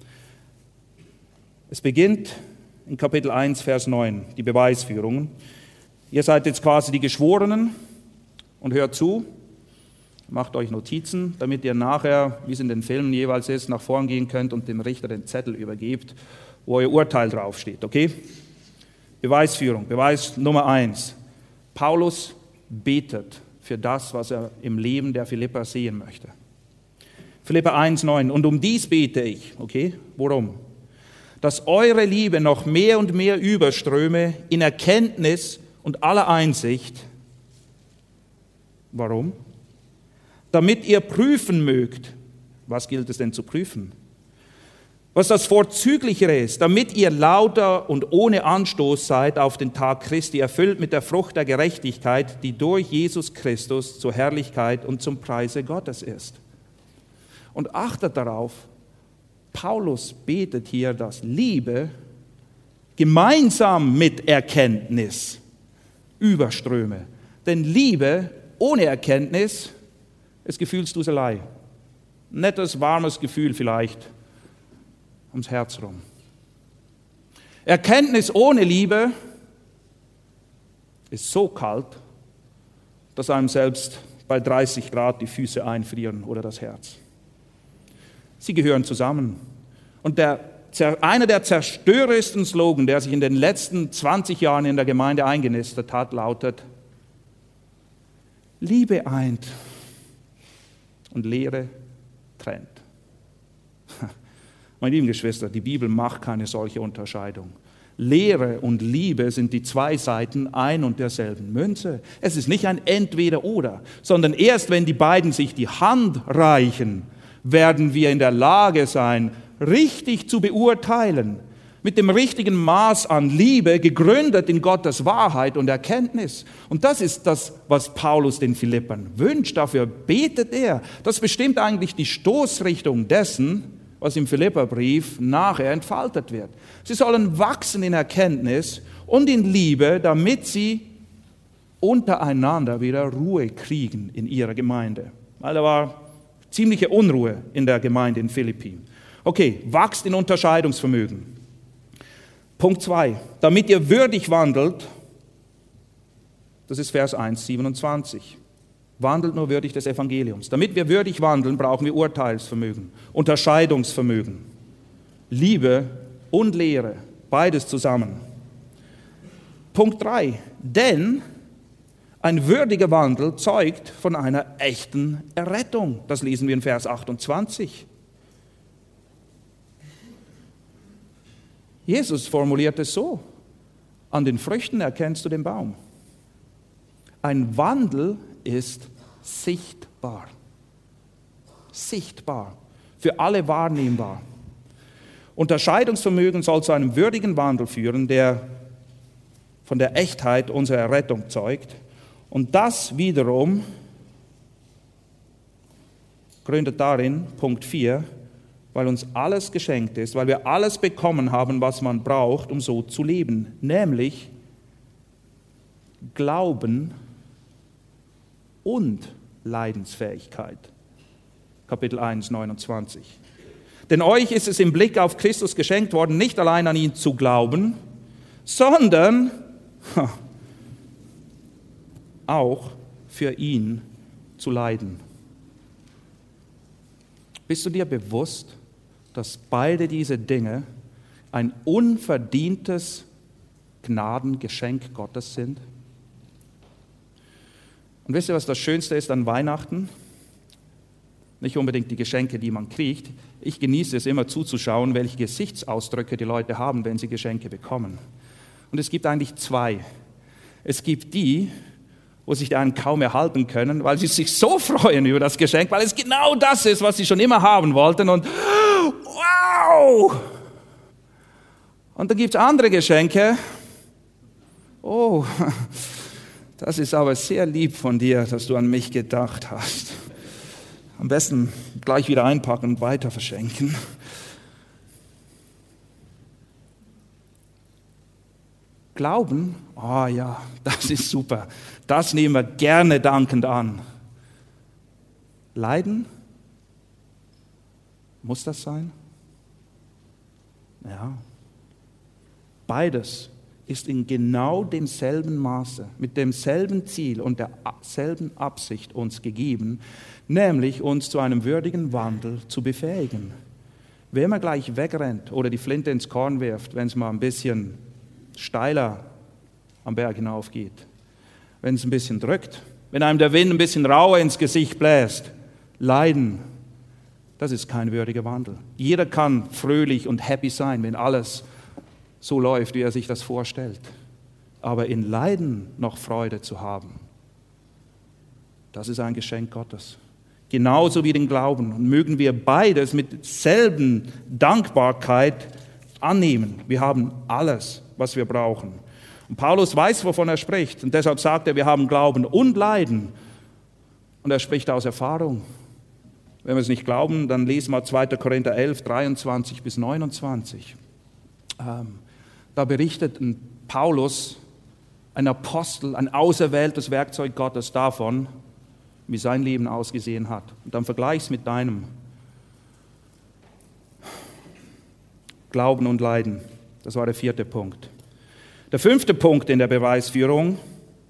Es beginnt in Kapitel 1, Vers 9, die Beweisführungen. Ihr seid jetzt quasi die Geschworenen und hört zu, macht euch Notizen, damit ihr nachher, wie es in den Filmen jeweils ist, nach vorn gehen könnt und dem Richter den Zettel übergebt, wo euer Urteil draufsteht, okay? Beweisführung, Beweis Nummer 1. Paulus betet für das, was er im Leben der Philipper sehen möchte. Philipper 1,9. Und um dies bete ich, okay? Worum? Dass eure Liebe noch mehr und mehr überströme in Erkenntnis und aller Einsicht. Warum? Damit ihr prüfen mögt. Was gilt es denn zu prüfen? Was das Vorzüglichere ist, damit ihr lauter und ohne Anstoß seid auf den Tag Christi, erfüllt mit der Frucht der Gerechtigkeit, die durch Jesus Christus zur Herrlichkeit und zum Preise Gottes ist. Und achtet darauf, Paulus betet hier, dass Liebe gemeinsam mit Erkenntnis überströme. Denn Liebe ohne Erkenntnis ist Gefühlsduselei. Nettes, warmes Gefühl vielleicht ums Herz rum. Erkenntnis ohne Liebe ist so kalt, dass einem selbst bei 30 Grad die Füße einfrieren oder das Herz. Sie gehören zusammen. Und einer der zerstörerischen Slogan, der sich in den letzten 20 Jahren in der Gemeinde eingenistet hat, lautet: Liebe eint und Lehre trennt. Meine lieben Geschwister, die Bibel macht keine solche Unterscheidung. Lehre und Liebe sind die zwei Seiten ein und derselben Münze. Es ist nicht ein Entweder-Oder, sondern erst wenn die beiden sich die Hand reichen, werden wir in der Lage sein, richtig zu beurteilen, mit dem richtigen Maß an Liebe, gegründet in Gottes Wahrheit und Erkenntnis. Und das ist das, was Paulus den Philippern wünscht. Dafür betet er. Das bestimmt eigentlich die Stoßrichtung dessen, was im Philipperbrief nachher entfaltet wird. Sie sollen wachsen in Erkenntnis und in Liebe, damit sie untereinander wieder Ruhe kriegen in ihrer Gemeinde. Weil da war ziemliche Unruhe in der Gemeinde in Philippi. Okay, wachst in Unterscheidungsvermögen. Punkt 2. Damit ihr würdig wandelt, das ist Vers 1, 27. Wandelt nur würdig des Evangeliums. Damit wir würdig wandeln, brauchen wir Urteilsvermögen, Unterscheidungsvermögen, Liebe und Lehre, beides zusammen. Punkt 3. Denn ein würdiger Wandel zeugt von einer echten Errettung. Das lesen wir in Vers 28. Jesus formuliert es so: An den Früchten erkennst du den Baum. Ein Wandel ist sichtbar. Sichtbar. Für alle wahrnehmbar. Unterscheidungsvermögen soll zu einem würdigen Wandel führen, der von der Echtheit unserer Errettung zeugt. Und das wiederum gründet darin, Punkt 4, weil uns alles geschenkt ist, weil wir alles bekommen haben, was man braucht, um so zu leben, nämlich Glauben und Leidensfähigkeit. Kapitel 1, 29. Denn euch ist es im Blick auf Christus geschenkt worden, nicht allein an ihn zu glauben, sondern auch für ihn zu leiden. Bist du dir bewusst, dass beide diese Dinge ein unverdientes Gnadengeschenk Gottes sind? Und wisst ihr, was das Schönste ist an Weihnachten? Nicht unbedingt die Geschenke, die man kriegt. Ich genieße es immer zuzuschauen, welche Gesichtsausdrücke die Leute haben, wenn sie Geschenke bekommen. Und es gibt eigentlich zwei. Es gibt die, wo sich die einen kaum erhalten können, weil sie sich so freuen über das Geschenk, weil es genau das ist, was sie schon immer haben wollten. Und wow! Und dann gibt es andere Geschenke. Oh, das ist aber sehr lieb von dir, dass du an mich gedacht hast. Am besten gleich wieder einpacken und weiter verschenken. Glauben, oh ja, das ist super. Das nehmen wir gerne dankend an. Leiden, muss das sein? Ja. Beides ist in genau demselben Maße, mit demselben Ziel und derselben Absicht uns gegeben, nämlich uns zu einem würdigen Wandel zu befähigen. Wer immer gleich wegrennt oder die Flinte ins Korn wirft, wenn es mal ein bisschen steiler am Berg hinaufgeht, wenn es ein bisschen drückt, wenn einem der Wind ein bisschen rauer ins Gesicht bläst, Leiden, das ist kein würdiger Wandel. Jeder kann fröhlich und happy sein, wenn alles so läuft, wie er sich das vorstellt. Aber in Leiden noch Freude zu haben, das ist ein Geschenk Gottes. Genauso wie den Glauben. Und mögen wir beides mit selben Dankbarkeit annehmen. Wir haben alles, was wir brauchen. Und Paulus weiß, wovon er spricht. Und deshalb sagt er, wir haben Glauben und Leiden. Und er spricht aus Erfahrung. Wenn wir es nicht glauben, dann lesen wir 2. Korinther 11, 23 bis 29. Da berichtet Paulus, ein Apostel, ein auserwähltes Werkzeug Gottes davon, wie sein Leben ausgesehen hat. Und dann vergleich es mit deinem. Glauben und Leiden. Das war der 4. Punkt. Der 5. Punkt in der Beweisführung,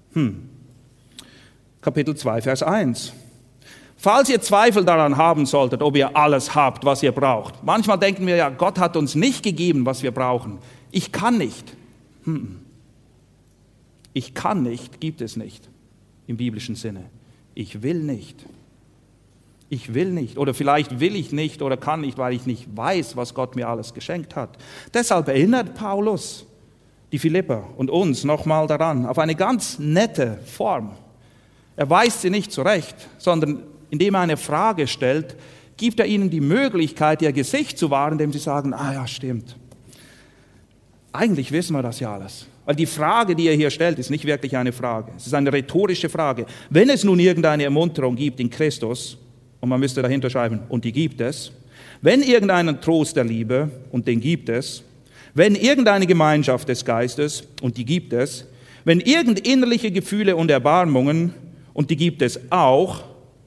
Kapitel 2, Vers 1. Falls ihr Zweifel daran haben solltet, ob ihr alles habt, was ihr braucht. Manchmal denken wir ja, Gott hat uns nicht gegeben, was wir brauchen. Ich kann nicht. Ich kann nicht, gibt es nicht im biblischen Sinne. Ich will nicht. Ich will nicht. Oder vielleicht will ich nicht oder kann nicht, weil ich nicht weiß, was Gott mir alles geschenkt hat. Deshalb erinnert Paulus die Philipper und uns nochmal daran, auf eine ganz nette Form. Er weist sie nicht zurecht, sondern indem er eine Frage stellt, gibt er ihnen die Möglichkeit, ihr Gesicht zu wahren, indem sie sagen, ah ja, stimmt. Eigentlich wissen wir das ja alles. Weil die Frage, die er hier stellt, ist nicht wirklich eine Frage. Es ist eine rhetorische Frage. Wenn es nun irgendeine Ermunterung gibt in Christus, und man müsste dahinter schreiben, und die gibt es, wenn irgendeinen Trost der Liebe, und den gibt es, wenn irgendeine Gemeinschaft des Geistes, und die gibt es, wenn irgend innerliche Gefühle und Erbarmungen, und die gibt es auch,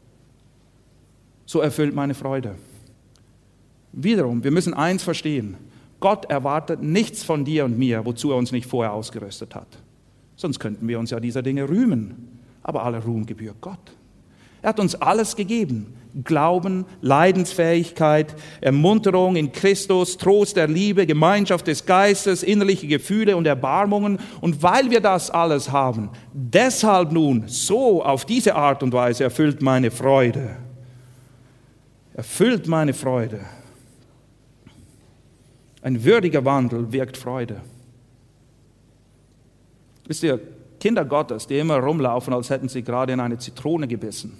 so erfüllt meine Freude. Wiederum, wir müssen eins verstehen. Gott erwartet nichts von dir und mir, wozu er uns nicht vorher ausgerüstet hat. Sonst könnten wir uns ja dieser Dinge rühmen. Aber aller Ruhm gebührt Gott. Er hat uns alles gegeben. Glauben, Leidensfähigkeit, Ermunterung in Christus, Trost der Liebe, Gemeinschaft des Geistes, innerliche Gefühle und Erbarmungen. Und weil wir das alles haben, deshalb nun so auf diese Art und Weise erfüllt meine Freude. Erfüllt meine Freude. Ein würdiger Wandel wirkt Freude. Wisst ihr, Kinder Gottes, die immer rumlaufen, als hätten sie gerade in eine Zitrone gebissen,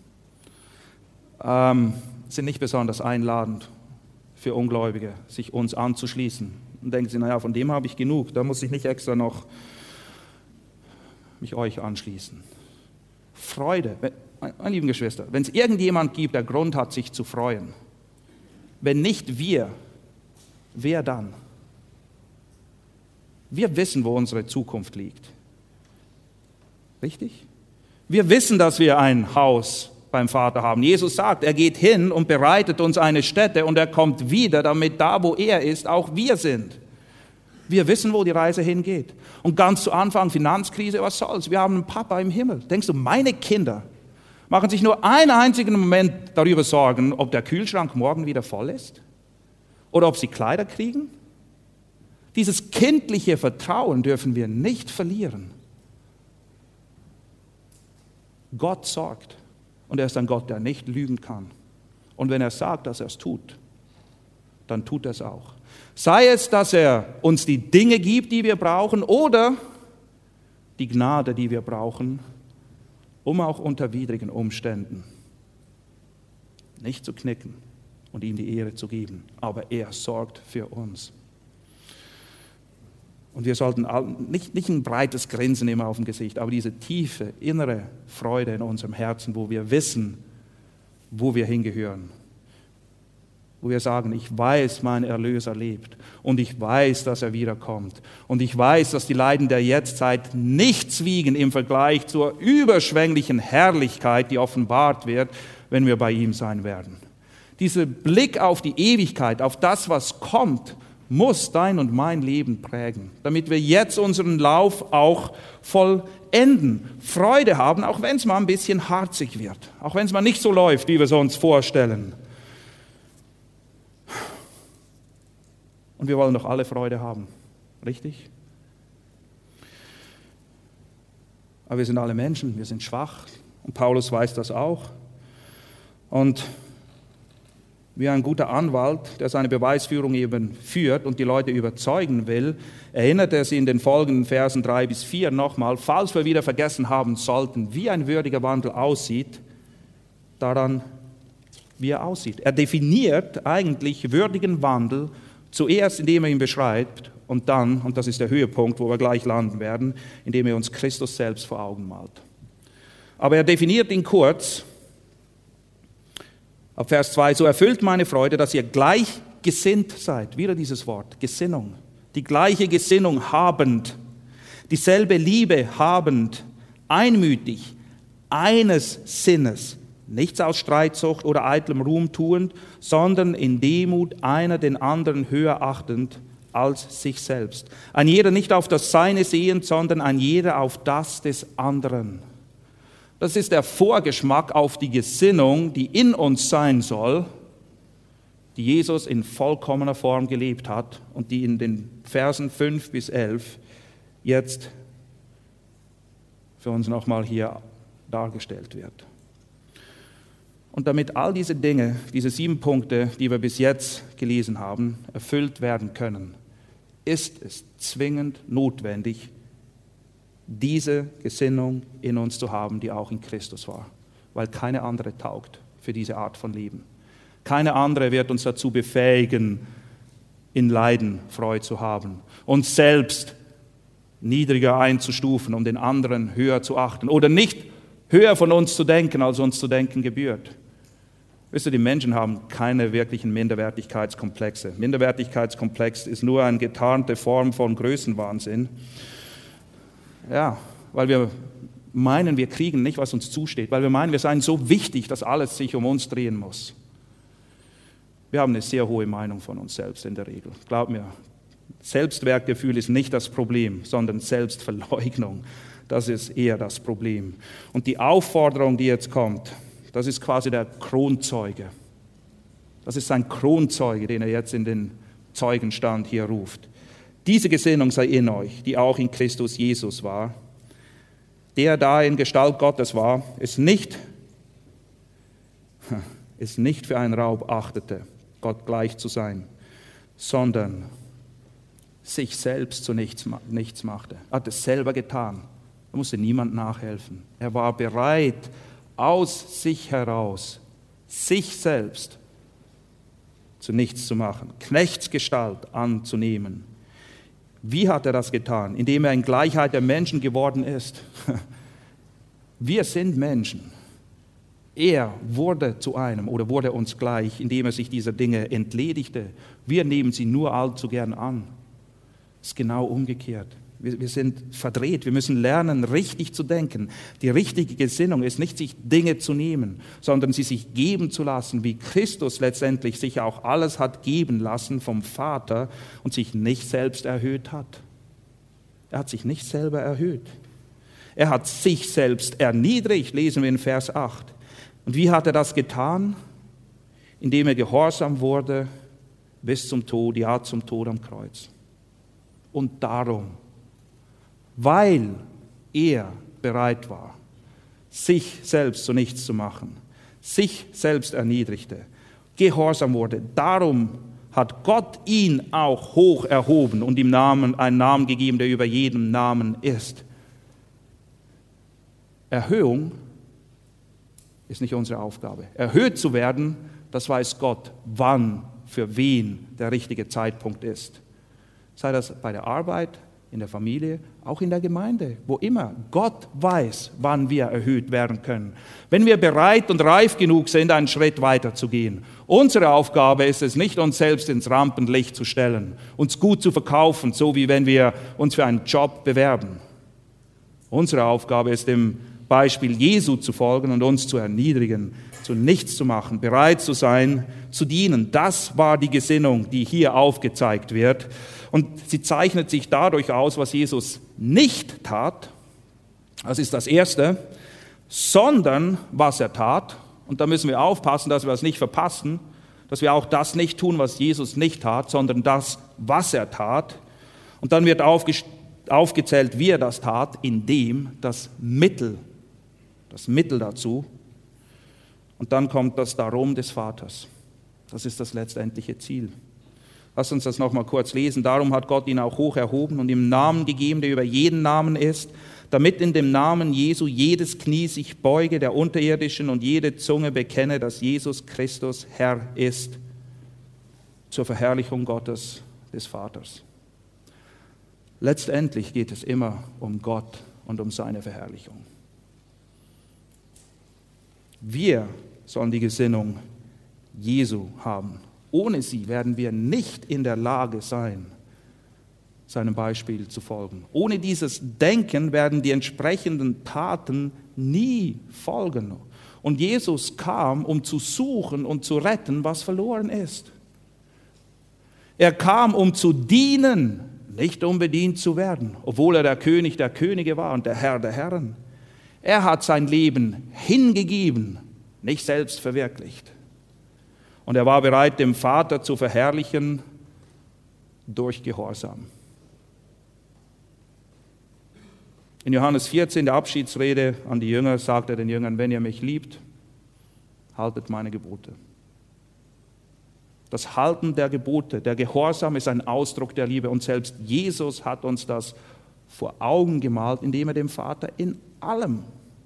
sind nicht besonders einladend für Ungläubige, sich uns anzuschließen. Und denken sie, naja, von dem habe ich genug, da muss ich nicht extra noch mich euch anschließen. Freude, meine lieben Geschwister, wenn es irgendjemand gibt, der Grund hat, sich zu freuen, wenn nicht wir, wer dann? Wir wissen, wo unsere Zukunft liegt. Richtig? Wir wissen, dass wir ein Haus beim Vater haben. Jesus sagt, er geht hin und bereitet uns eine Stätte und er kommt wieder, damit da, wo er ist, auch wir sind. Wir wissen, wo die Reise hingeht. Und ganz zu Anfang, Finanzkrise, was soll's? Wir haben einen Papa im Himmel. Denkst du, meine Kinder machen sich nur einen einzigen Moment darüber Sorgen, ob der Kühlschrank morgen wieder voll ist? Oder ob sie Kleider kriegen? Dieses kindliche Vertrauen dürfen wir nicht verlieren. Gott sorgt. Und er ist ein Gott, der nicht lügen kann. Und wenn er sagt, dass er es tut, dann tut er es auch. Sei es, dass er uns die Dinge gibt, die wir brauchen, oder die Gnade, die wir brauchen, um auch unter widrigen Umständen nicht zu knicken und ihm die Ehre zu geben. Aber er sorgt für uns. Und wir sollten nicht ein breites Grinsen immer auf dem Gesicht, aber diese tiefe, innere Freude in unserem Herzen, wo wir wissen, wo wir hingehören. Wo wir sagen, ich weiß, mein Erlöser lebt und ich weiß, dass er wiederkommt. Und ich weiß, dass die Leiden der Jetztzeit nichts wiegen im Vergleich zur überschwänglichen Herrlichkeit, die offenbart wird, wenn wir bei ihm sein werden. Dieser Blick auf die Ewigkeit, auf das, was kommt, muss dein und mein Leben prägen, damit wir jetzt unseren Lauf auch vollenden, Freude haben, auch wenn es mal ein bisschen harzig wird, auch wenn es mal nicht so läuft, wie wir es uns vorstellen. Und wir wollen doch alle Freude haben, richtig? Aber wir sind alle Menschen, wir sind schwach und Paulus weiß das auch. Und wie ein guter Anwalt, der seine Beweisführung eben führt und die Leute überzeugen will, erinnert er sie in den folgenden Versen 3-4 nochmal, falls wir wieder vergessen haben sollten, wie ein würdiger Wandel aussieht, daran, wie er aussieht. Er definiert eigentlich würdigen Wandel zuerst, indem er ihn beschreibt und dann, und das ist der Höhepunkt, wo wir gleich landen werden, indem er uns Christus selbst vor Augen malt. Aber er definiert ihn kurz. Ab Vers 2, so erfüllt meine Freude, dass ihr gleichgesinnt seid. Wieder dieses Wort, Gesinnung. Die gleiche Gesinnung habend, dieselbe Liebe habend, einmütig, eines Sinnes, nichts aus Streitsucht oder eitlem Ruhm tuend, sondern in Demut einer den anderen höher achtend als sich selbst. Ein jeder nicht auf das Seine sehend, sondern ein jeder auf das des anderen. Das ist der Vorgeschmack auf die Gesinnung, die in uns sein soll, die Jesus in vollkommener Form gelebt hat und die in den Versen 5-11 jetzt für uns nochmal hier dargestellt wird. Und damit all diese Dinge, diese 7 Punkte, die wir bis jetzt gelesen haben, erfüllt werden können, ist es zwingend notwendig, diese Gesinnung in uns zu haben, die auch in Christus war, weil keine andere taugt für diese Art von Leben. Keine andere wird uns dazu befähigen, in Leiden Freude zu haben, uns selbst niedriger einzustufen, um den anderen höher zu achten oder nicht höher von uns zu denken, als uns zu denken gebührt. Wisst ihr, die Menschen haben keine wirklichen Minderwertigkeitskomplexe. Minderwertigkeitskomplex ist nur eine getarnte Form von Größenwahnsinn. Ja, weil wir meinen, wir kriegen nicht, was uns zusteht, weil wir meinen, wir seien so wichtig, dass alles sich um uns drehen muss. Wir haben eine sehr hohe Meinung von uns selbst in der Regel. Glaub mir, Selbstwertgefühl ist nicht das Problem, sondern Selbstverleugnung. Das ist eher das Problem. Und die Aufforderung, die jetzt kommt, das ist quasi der Kronzeuge. Das ist sein Kronzeuge, den er jetzt in den Zeugenstand hier ruft. Diese Gesinnung sei in euch, die auch in Christus Jesus war, der da in Gestalt Gottes war, es nicht für einen Raub achtete, Gott gleich zu sein, sondern sich selbst zu nichts machte. Er hat es selber getan. Er musste niemand nachhelfen. Er war bereit, aus sich heraus, sich selbst zu nichts zu machen, Knechtsgestalt anzunehmen. Wie hat er das getan? Indem er in Gleichheit der Menschen geworden ist. Wir sind Menschen. Er wurde zu einem oder wurde uns gleich, indem er sich dieser Dinge entledigte. Wir nehmen sie nur allzu gern an. Es ist genau umgekehrt. Wir sind verdreht. Wir müssen lernen, richtig zu denken. Die richtige Gesinnung ist nicht, sich Dinge zu nehmen, sondern sie sich geben zu lassen, wie Christus letztendlich sich auch alles hat geben lassen vom Vater und sich nicht selbst erhöht hat. Er hat sich nicht selber erhöht. Er hat sich selbst erniedrigt, lesen wir in Vers 8. Und wie hat er das getan? Indem er gehorsam wurde bis zum Tod, ja zum Tod am Kreuz. Und darum, weil er bereit war, sich selbst zu nichts zu machen, sich selbst erniedrigte, gehorsam wurde, darum hat Gott ihn auch hoch erhoben und ihm einen Namen gegeben, der über jedem Namen ist. Erhöhung ist nicht unsere Aufgabe. Erhöht zu werden, das weiß Gott, wann, für wen der richtige Zeitpunkt ist. Sei das bei der Arbeit, in der Familie, auch in der Gemeinde, wo immer. Gott weiß, wann wir erhöht werden können. Wenn wir bereit und reif genug sind, einen Schritt weiter zu gehen. Unsere Aufgabe ist es nicht, uns selbst ins Rampenlicht zu stellen, uns gut zu verkaufen, so wie wenn wir uns für einen Job bewerben. Unsere Aufgabe ist, dem Beispiel Jesu zu folgen und uns zu erniedrigen, zu nichts zu machen, bereit zu sein, zu dienen. Das war die Gesinnung, die hier aufgezeigt wird. Und sie zeichnet sich dadurch aus, was Jesus nicht tat. Das ist das Erste. Sondern was er tat. Und da müssen wir aufpassen, dass wir es nicht verpassen, dass wir auch das nicht tun, was Jesus nicht tat, sondern das, was er tat. Und dann wird aufgezählt, wie er das tat, indem das Mittel dazu. Und dann kommt das Darum des Vaters. Das ist das letztendliche Ziel. Lass uns das nochmal kurz lesen. Darum hat Gott ihn auch hoch erhoben und ihm Namen gegeben, der über jeden Namen ist, damit in dem Namen Jesu jedes Knie sich beuge, der unterirdischen, und jede Zunge bekenne, dass Jesus Christus Herr ist, zur Verherrlichung Gottes, des Vaters. Letztendlich geht es immer um Gott und um seine Verherrlichung. Wir sollen die Gesinnung Jesu haben. Ohne sie werden wir nicht in der Lage sein, seinem Beispiel zu folgen. Ohne dieses Denken werden die entsprechenden Taten nie folgen. Und Jesus kam, um zu suchen und zu retten, was verloren ist. Er kam, um zu dienen, nicht um bedient zu werden, obwohl er der König der Könige war und der Herr der Herren. Er hat sein Leben hingegeben, nicht selbst verwirklicht. Und er war bereit, dem Vater zu verherrlichen durch Gehorsam. In Johannes 14, der Abschiedsrede an die Jünger, sagt er den Jüngern: Wenn ihr mich liebt, haltet meine Gebote. Das Halten der Gebote, der Gehorsam ist ein Ausdruck der Liebe. Und selbst Jesus hat uns das vor Augen gemalt, indem er dem Vater in allem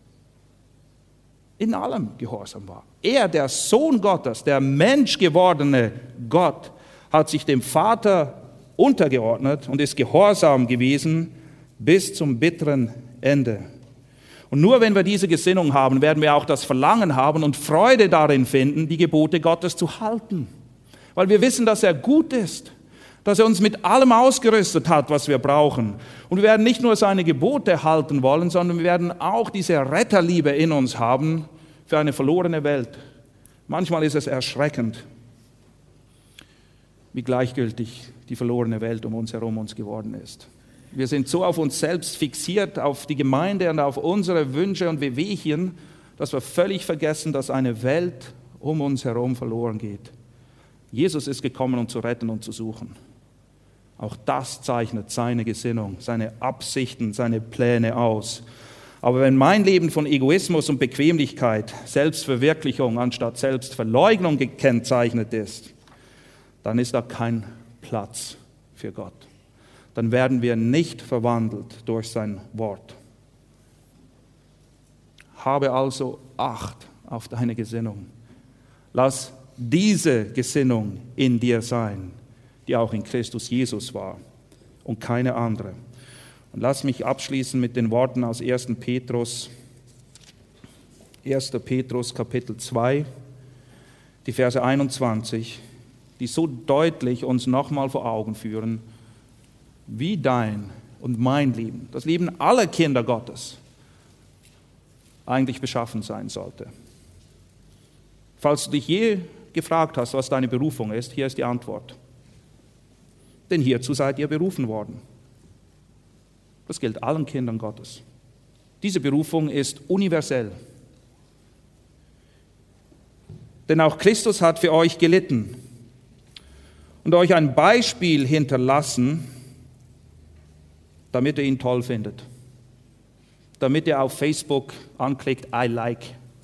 gehorsam war. Er, der Sohn Gottes, der menschgewordene Gott, hat sich dem Vater untergeordnet und ist gehorsam gewesen bis zum bitteren Ende. Und nur wenn wir diese Gesinnung haben, werden wir auch das Verlangen haben und Freude darin finden, die Gebote Gottes zu halten. Weil wir wissen, dass er gut ist, dass er uns mit allem ausgerüstet hat, was wir brauchen. Und wir werden nicht nur seine Gebote halten wollen, sondern wir werden auch diese Retterliebe in uns haben für eine verlorene Welt. Manchmal ist es erschreckend, wie gleichgültig die verlorene Welt um uns herum uns geworden ist. Wir sind so auf uns selbst fixiert, auf die Gemeinde und auf unsere Wünsche und Wehwehchen, dass wir völlig vergessen, dass eine Welt um uns herum verloren geht. Jesus ist gekommen, um zu retten und zu suchen. Auch das zeichnet seine Gesinnung, seine Absichten, seine Pläne aus. Aber wenn mein Leben von Egoismus und Bequemlichkeit, Selbstverwirklichung anstatt Selbstverleugnung gekennzeichnet ist, dann ist da kein Platz für Gott. Dann werden wir nicht verwandelt durch sein Wort. Habe also Acht auf deine Gesinnung. Lass diese Gesinnung in dir sein, die auch in Christus Jesus war und keine andere. Und lass mich abschließen mit den Worten aus 1. Petrus Kapitel 2, die Verse 21, die so deutlich uns nochmal vor Augen führen, wie dein und mein Leben, das Leben aller Kinder Gottes, eigentlich beschaffen sein sollte. Falls du dich je gefragt hast, was deine Berufung ist, hier ist die Antwort. Denn hierzu seid ihr berufen worden. Das gilt allen Kindern Gottes. Diese Berufung ist universell. Denn auch Christus hat für euch gelitten und euch ein Beispiel hinterlassen, damit ihr ihn toll findet. Damit ihr auf Facebook anklickt, I like.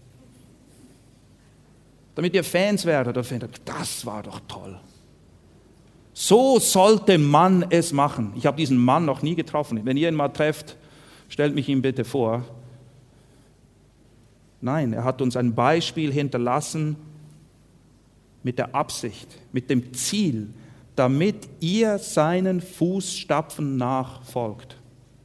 Damit ihr Fans werdet und findet, das war doch toll. So sollte man es machen. Ich habe diesen Mann noch nie getroffen. Wenn ihr ihn mal trefft, stellt mich ihm bitte vor. Nein, er hat uns ein Beispiel hinterlassen mit der Absicht, mit dem Ziel, damit ihr seinen Fußstapfen nachfolgt.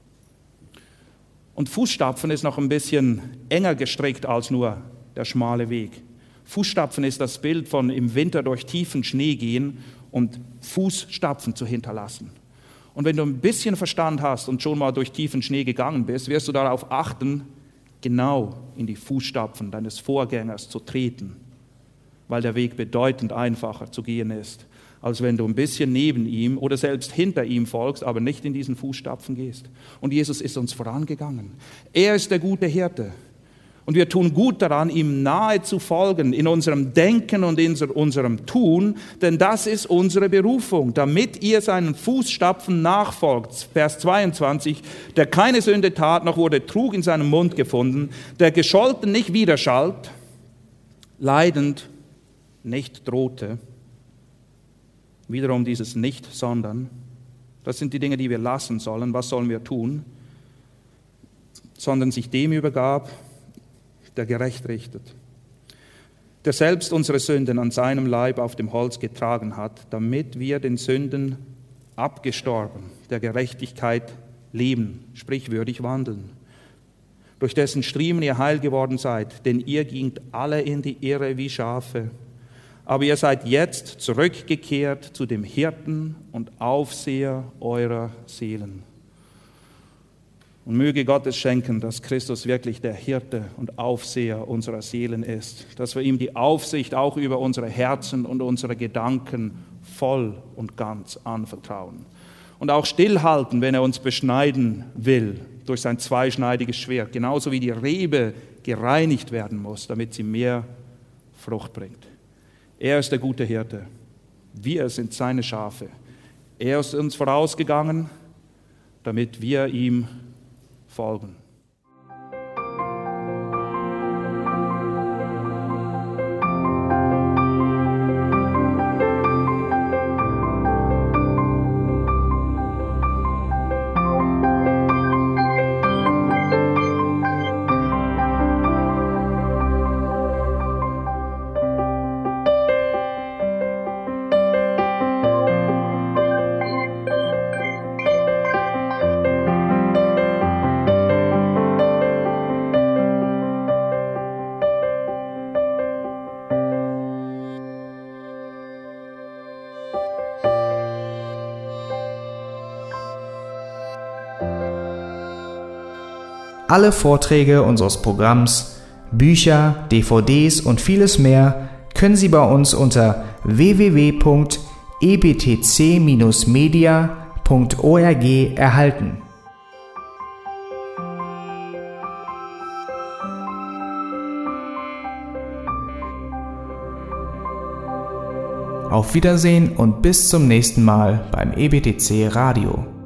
Und Fußstapfen ist noch ein bisschen enger gestrickt als nur der schmale Weg. Fußstapfen ist das Bild von im Winter durch tiefen Schnee gehen und Fußstapfen zu hinterlassen. Und wenn du ein bisschen Verstand hast und schon mal durch tiefen Schnee gegangen bist, wirst du darauf achten, genau in die Fußstapfen deines Vorgängers zu treten, weil der Weg bedeutend einfacher zu gehen ist, als wenn du ein bisschen neben ihm oder selbst hinter ihm folgst, aber nicht in diesen Fußstapfen gehst. Und Jesus ist uns vorangegangen. Er ist der gute Hirte. Und wir tun gut daran, ihm nahe zu folgen in unserem Denken und in unserem Tun, denn das ist unsere Berufung, damit ihr seinen Fußstapfen nachfolgt. Vers 22, der keine Sünde tat, noch wurde Trug in seinem Mund gefunden, der gescholten nicht widerschallt, leidend nicht drohte. Wiederum dieses Nicht, sondern, das sind die Dinge, die wir lassen sollen. Was sollen wir tun? Sondern sich dem übergab, der gerecht richtet, der selbst unsere Sünden an seinem Leib auf dem Holz getragen hat, damit wir den Sünden abgestorben, der Gerechtigkeit leben, sprichwörtlich wandeln, durch dessen Striemen ihr heil geworden seid, denn ihr gingt alle in die Irre wie Schafe. Aber ihr seid jetzt zurückgekehrt zu dem Hirten und Aufseher eurer Seelen. Und möge Gott es schenken, dass Christus wirklich der Hirte und Aufseher unserer Seelen ist, dass wir ihm die Aufsicht auch über unsere Herzen und unsere Gedanken voll und ganz anvertrauen. Und auch stillhalten, wenn er uns beschneiden will durch sein zweischneidiges Schwert, genauso wie die Rebe gereinigt werden muss, damit sie mehr Frucht bringt. Er ist der gute Hirte. Wir sind seine Schafe. Er ist uns vorausgegangen, damit wir ihm folgen. Alle Vorträge unseres Programms, Bücher, DVDs und vieles mehr können Sie bei uns unter www.ebtc-media.org erhalten. Auf Wiedersehen und bis zum nächsten Mal beim EBTC Radio.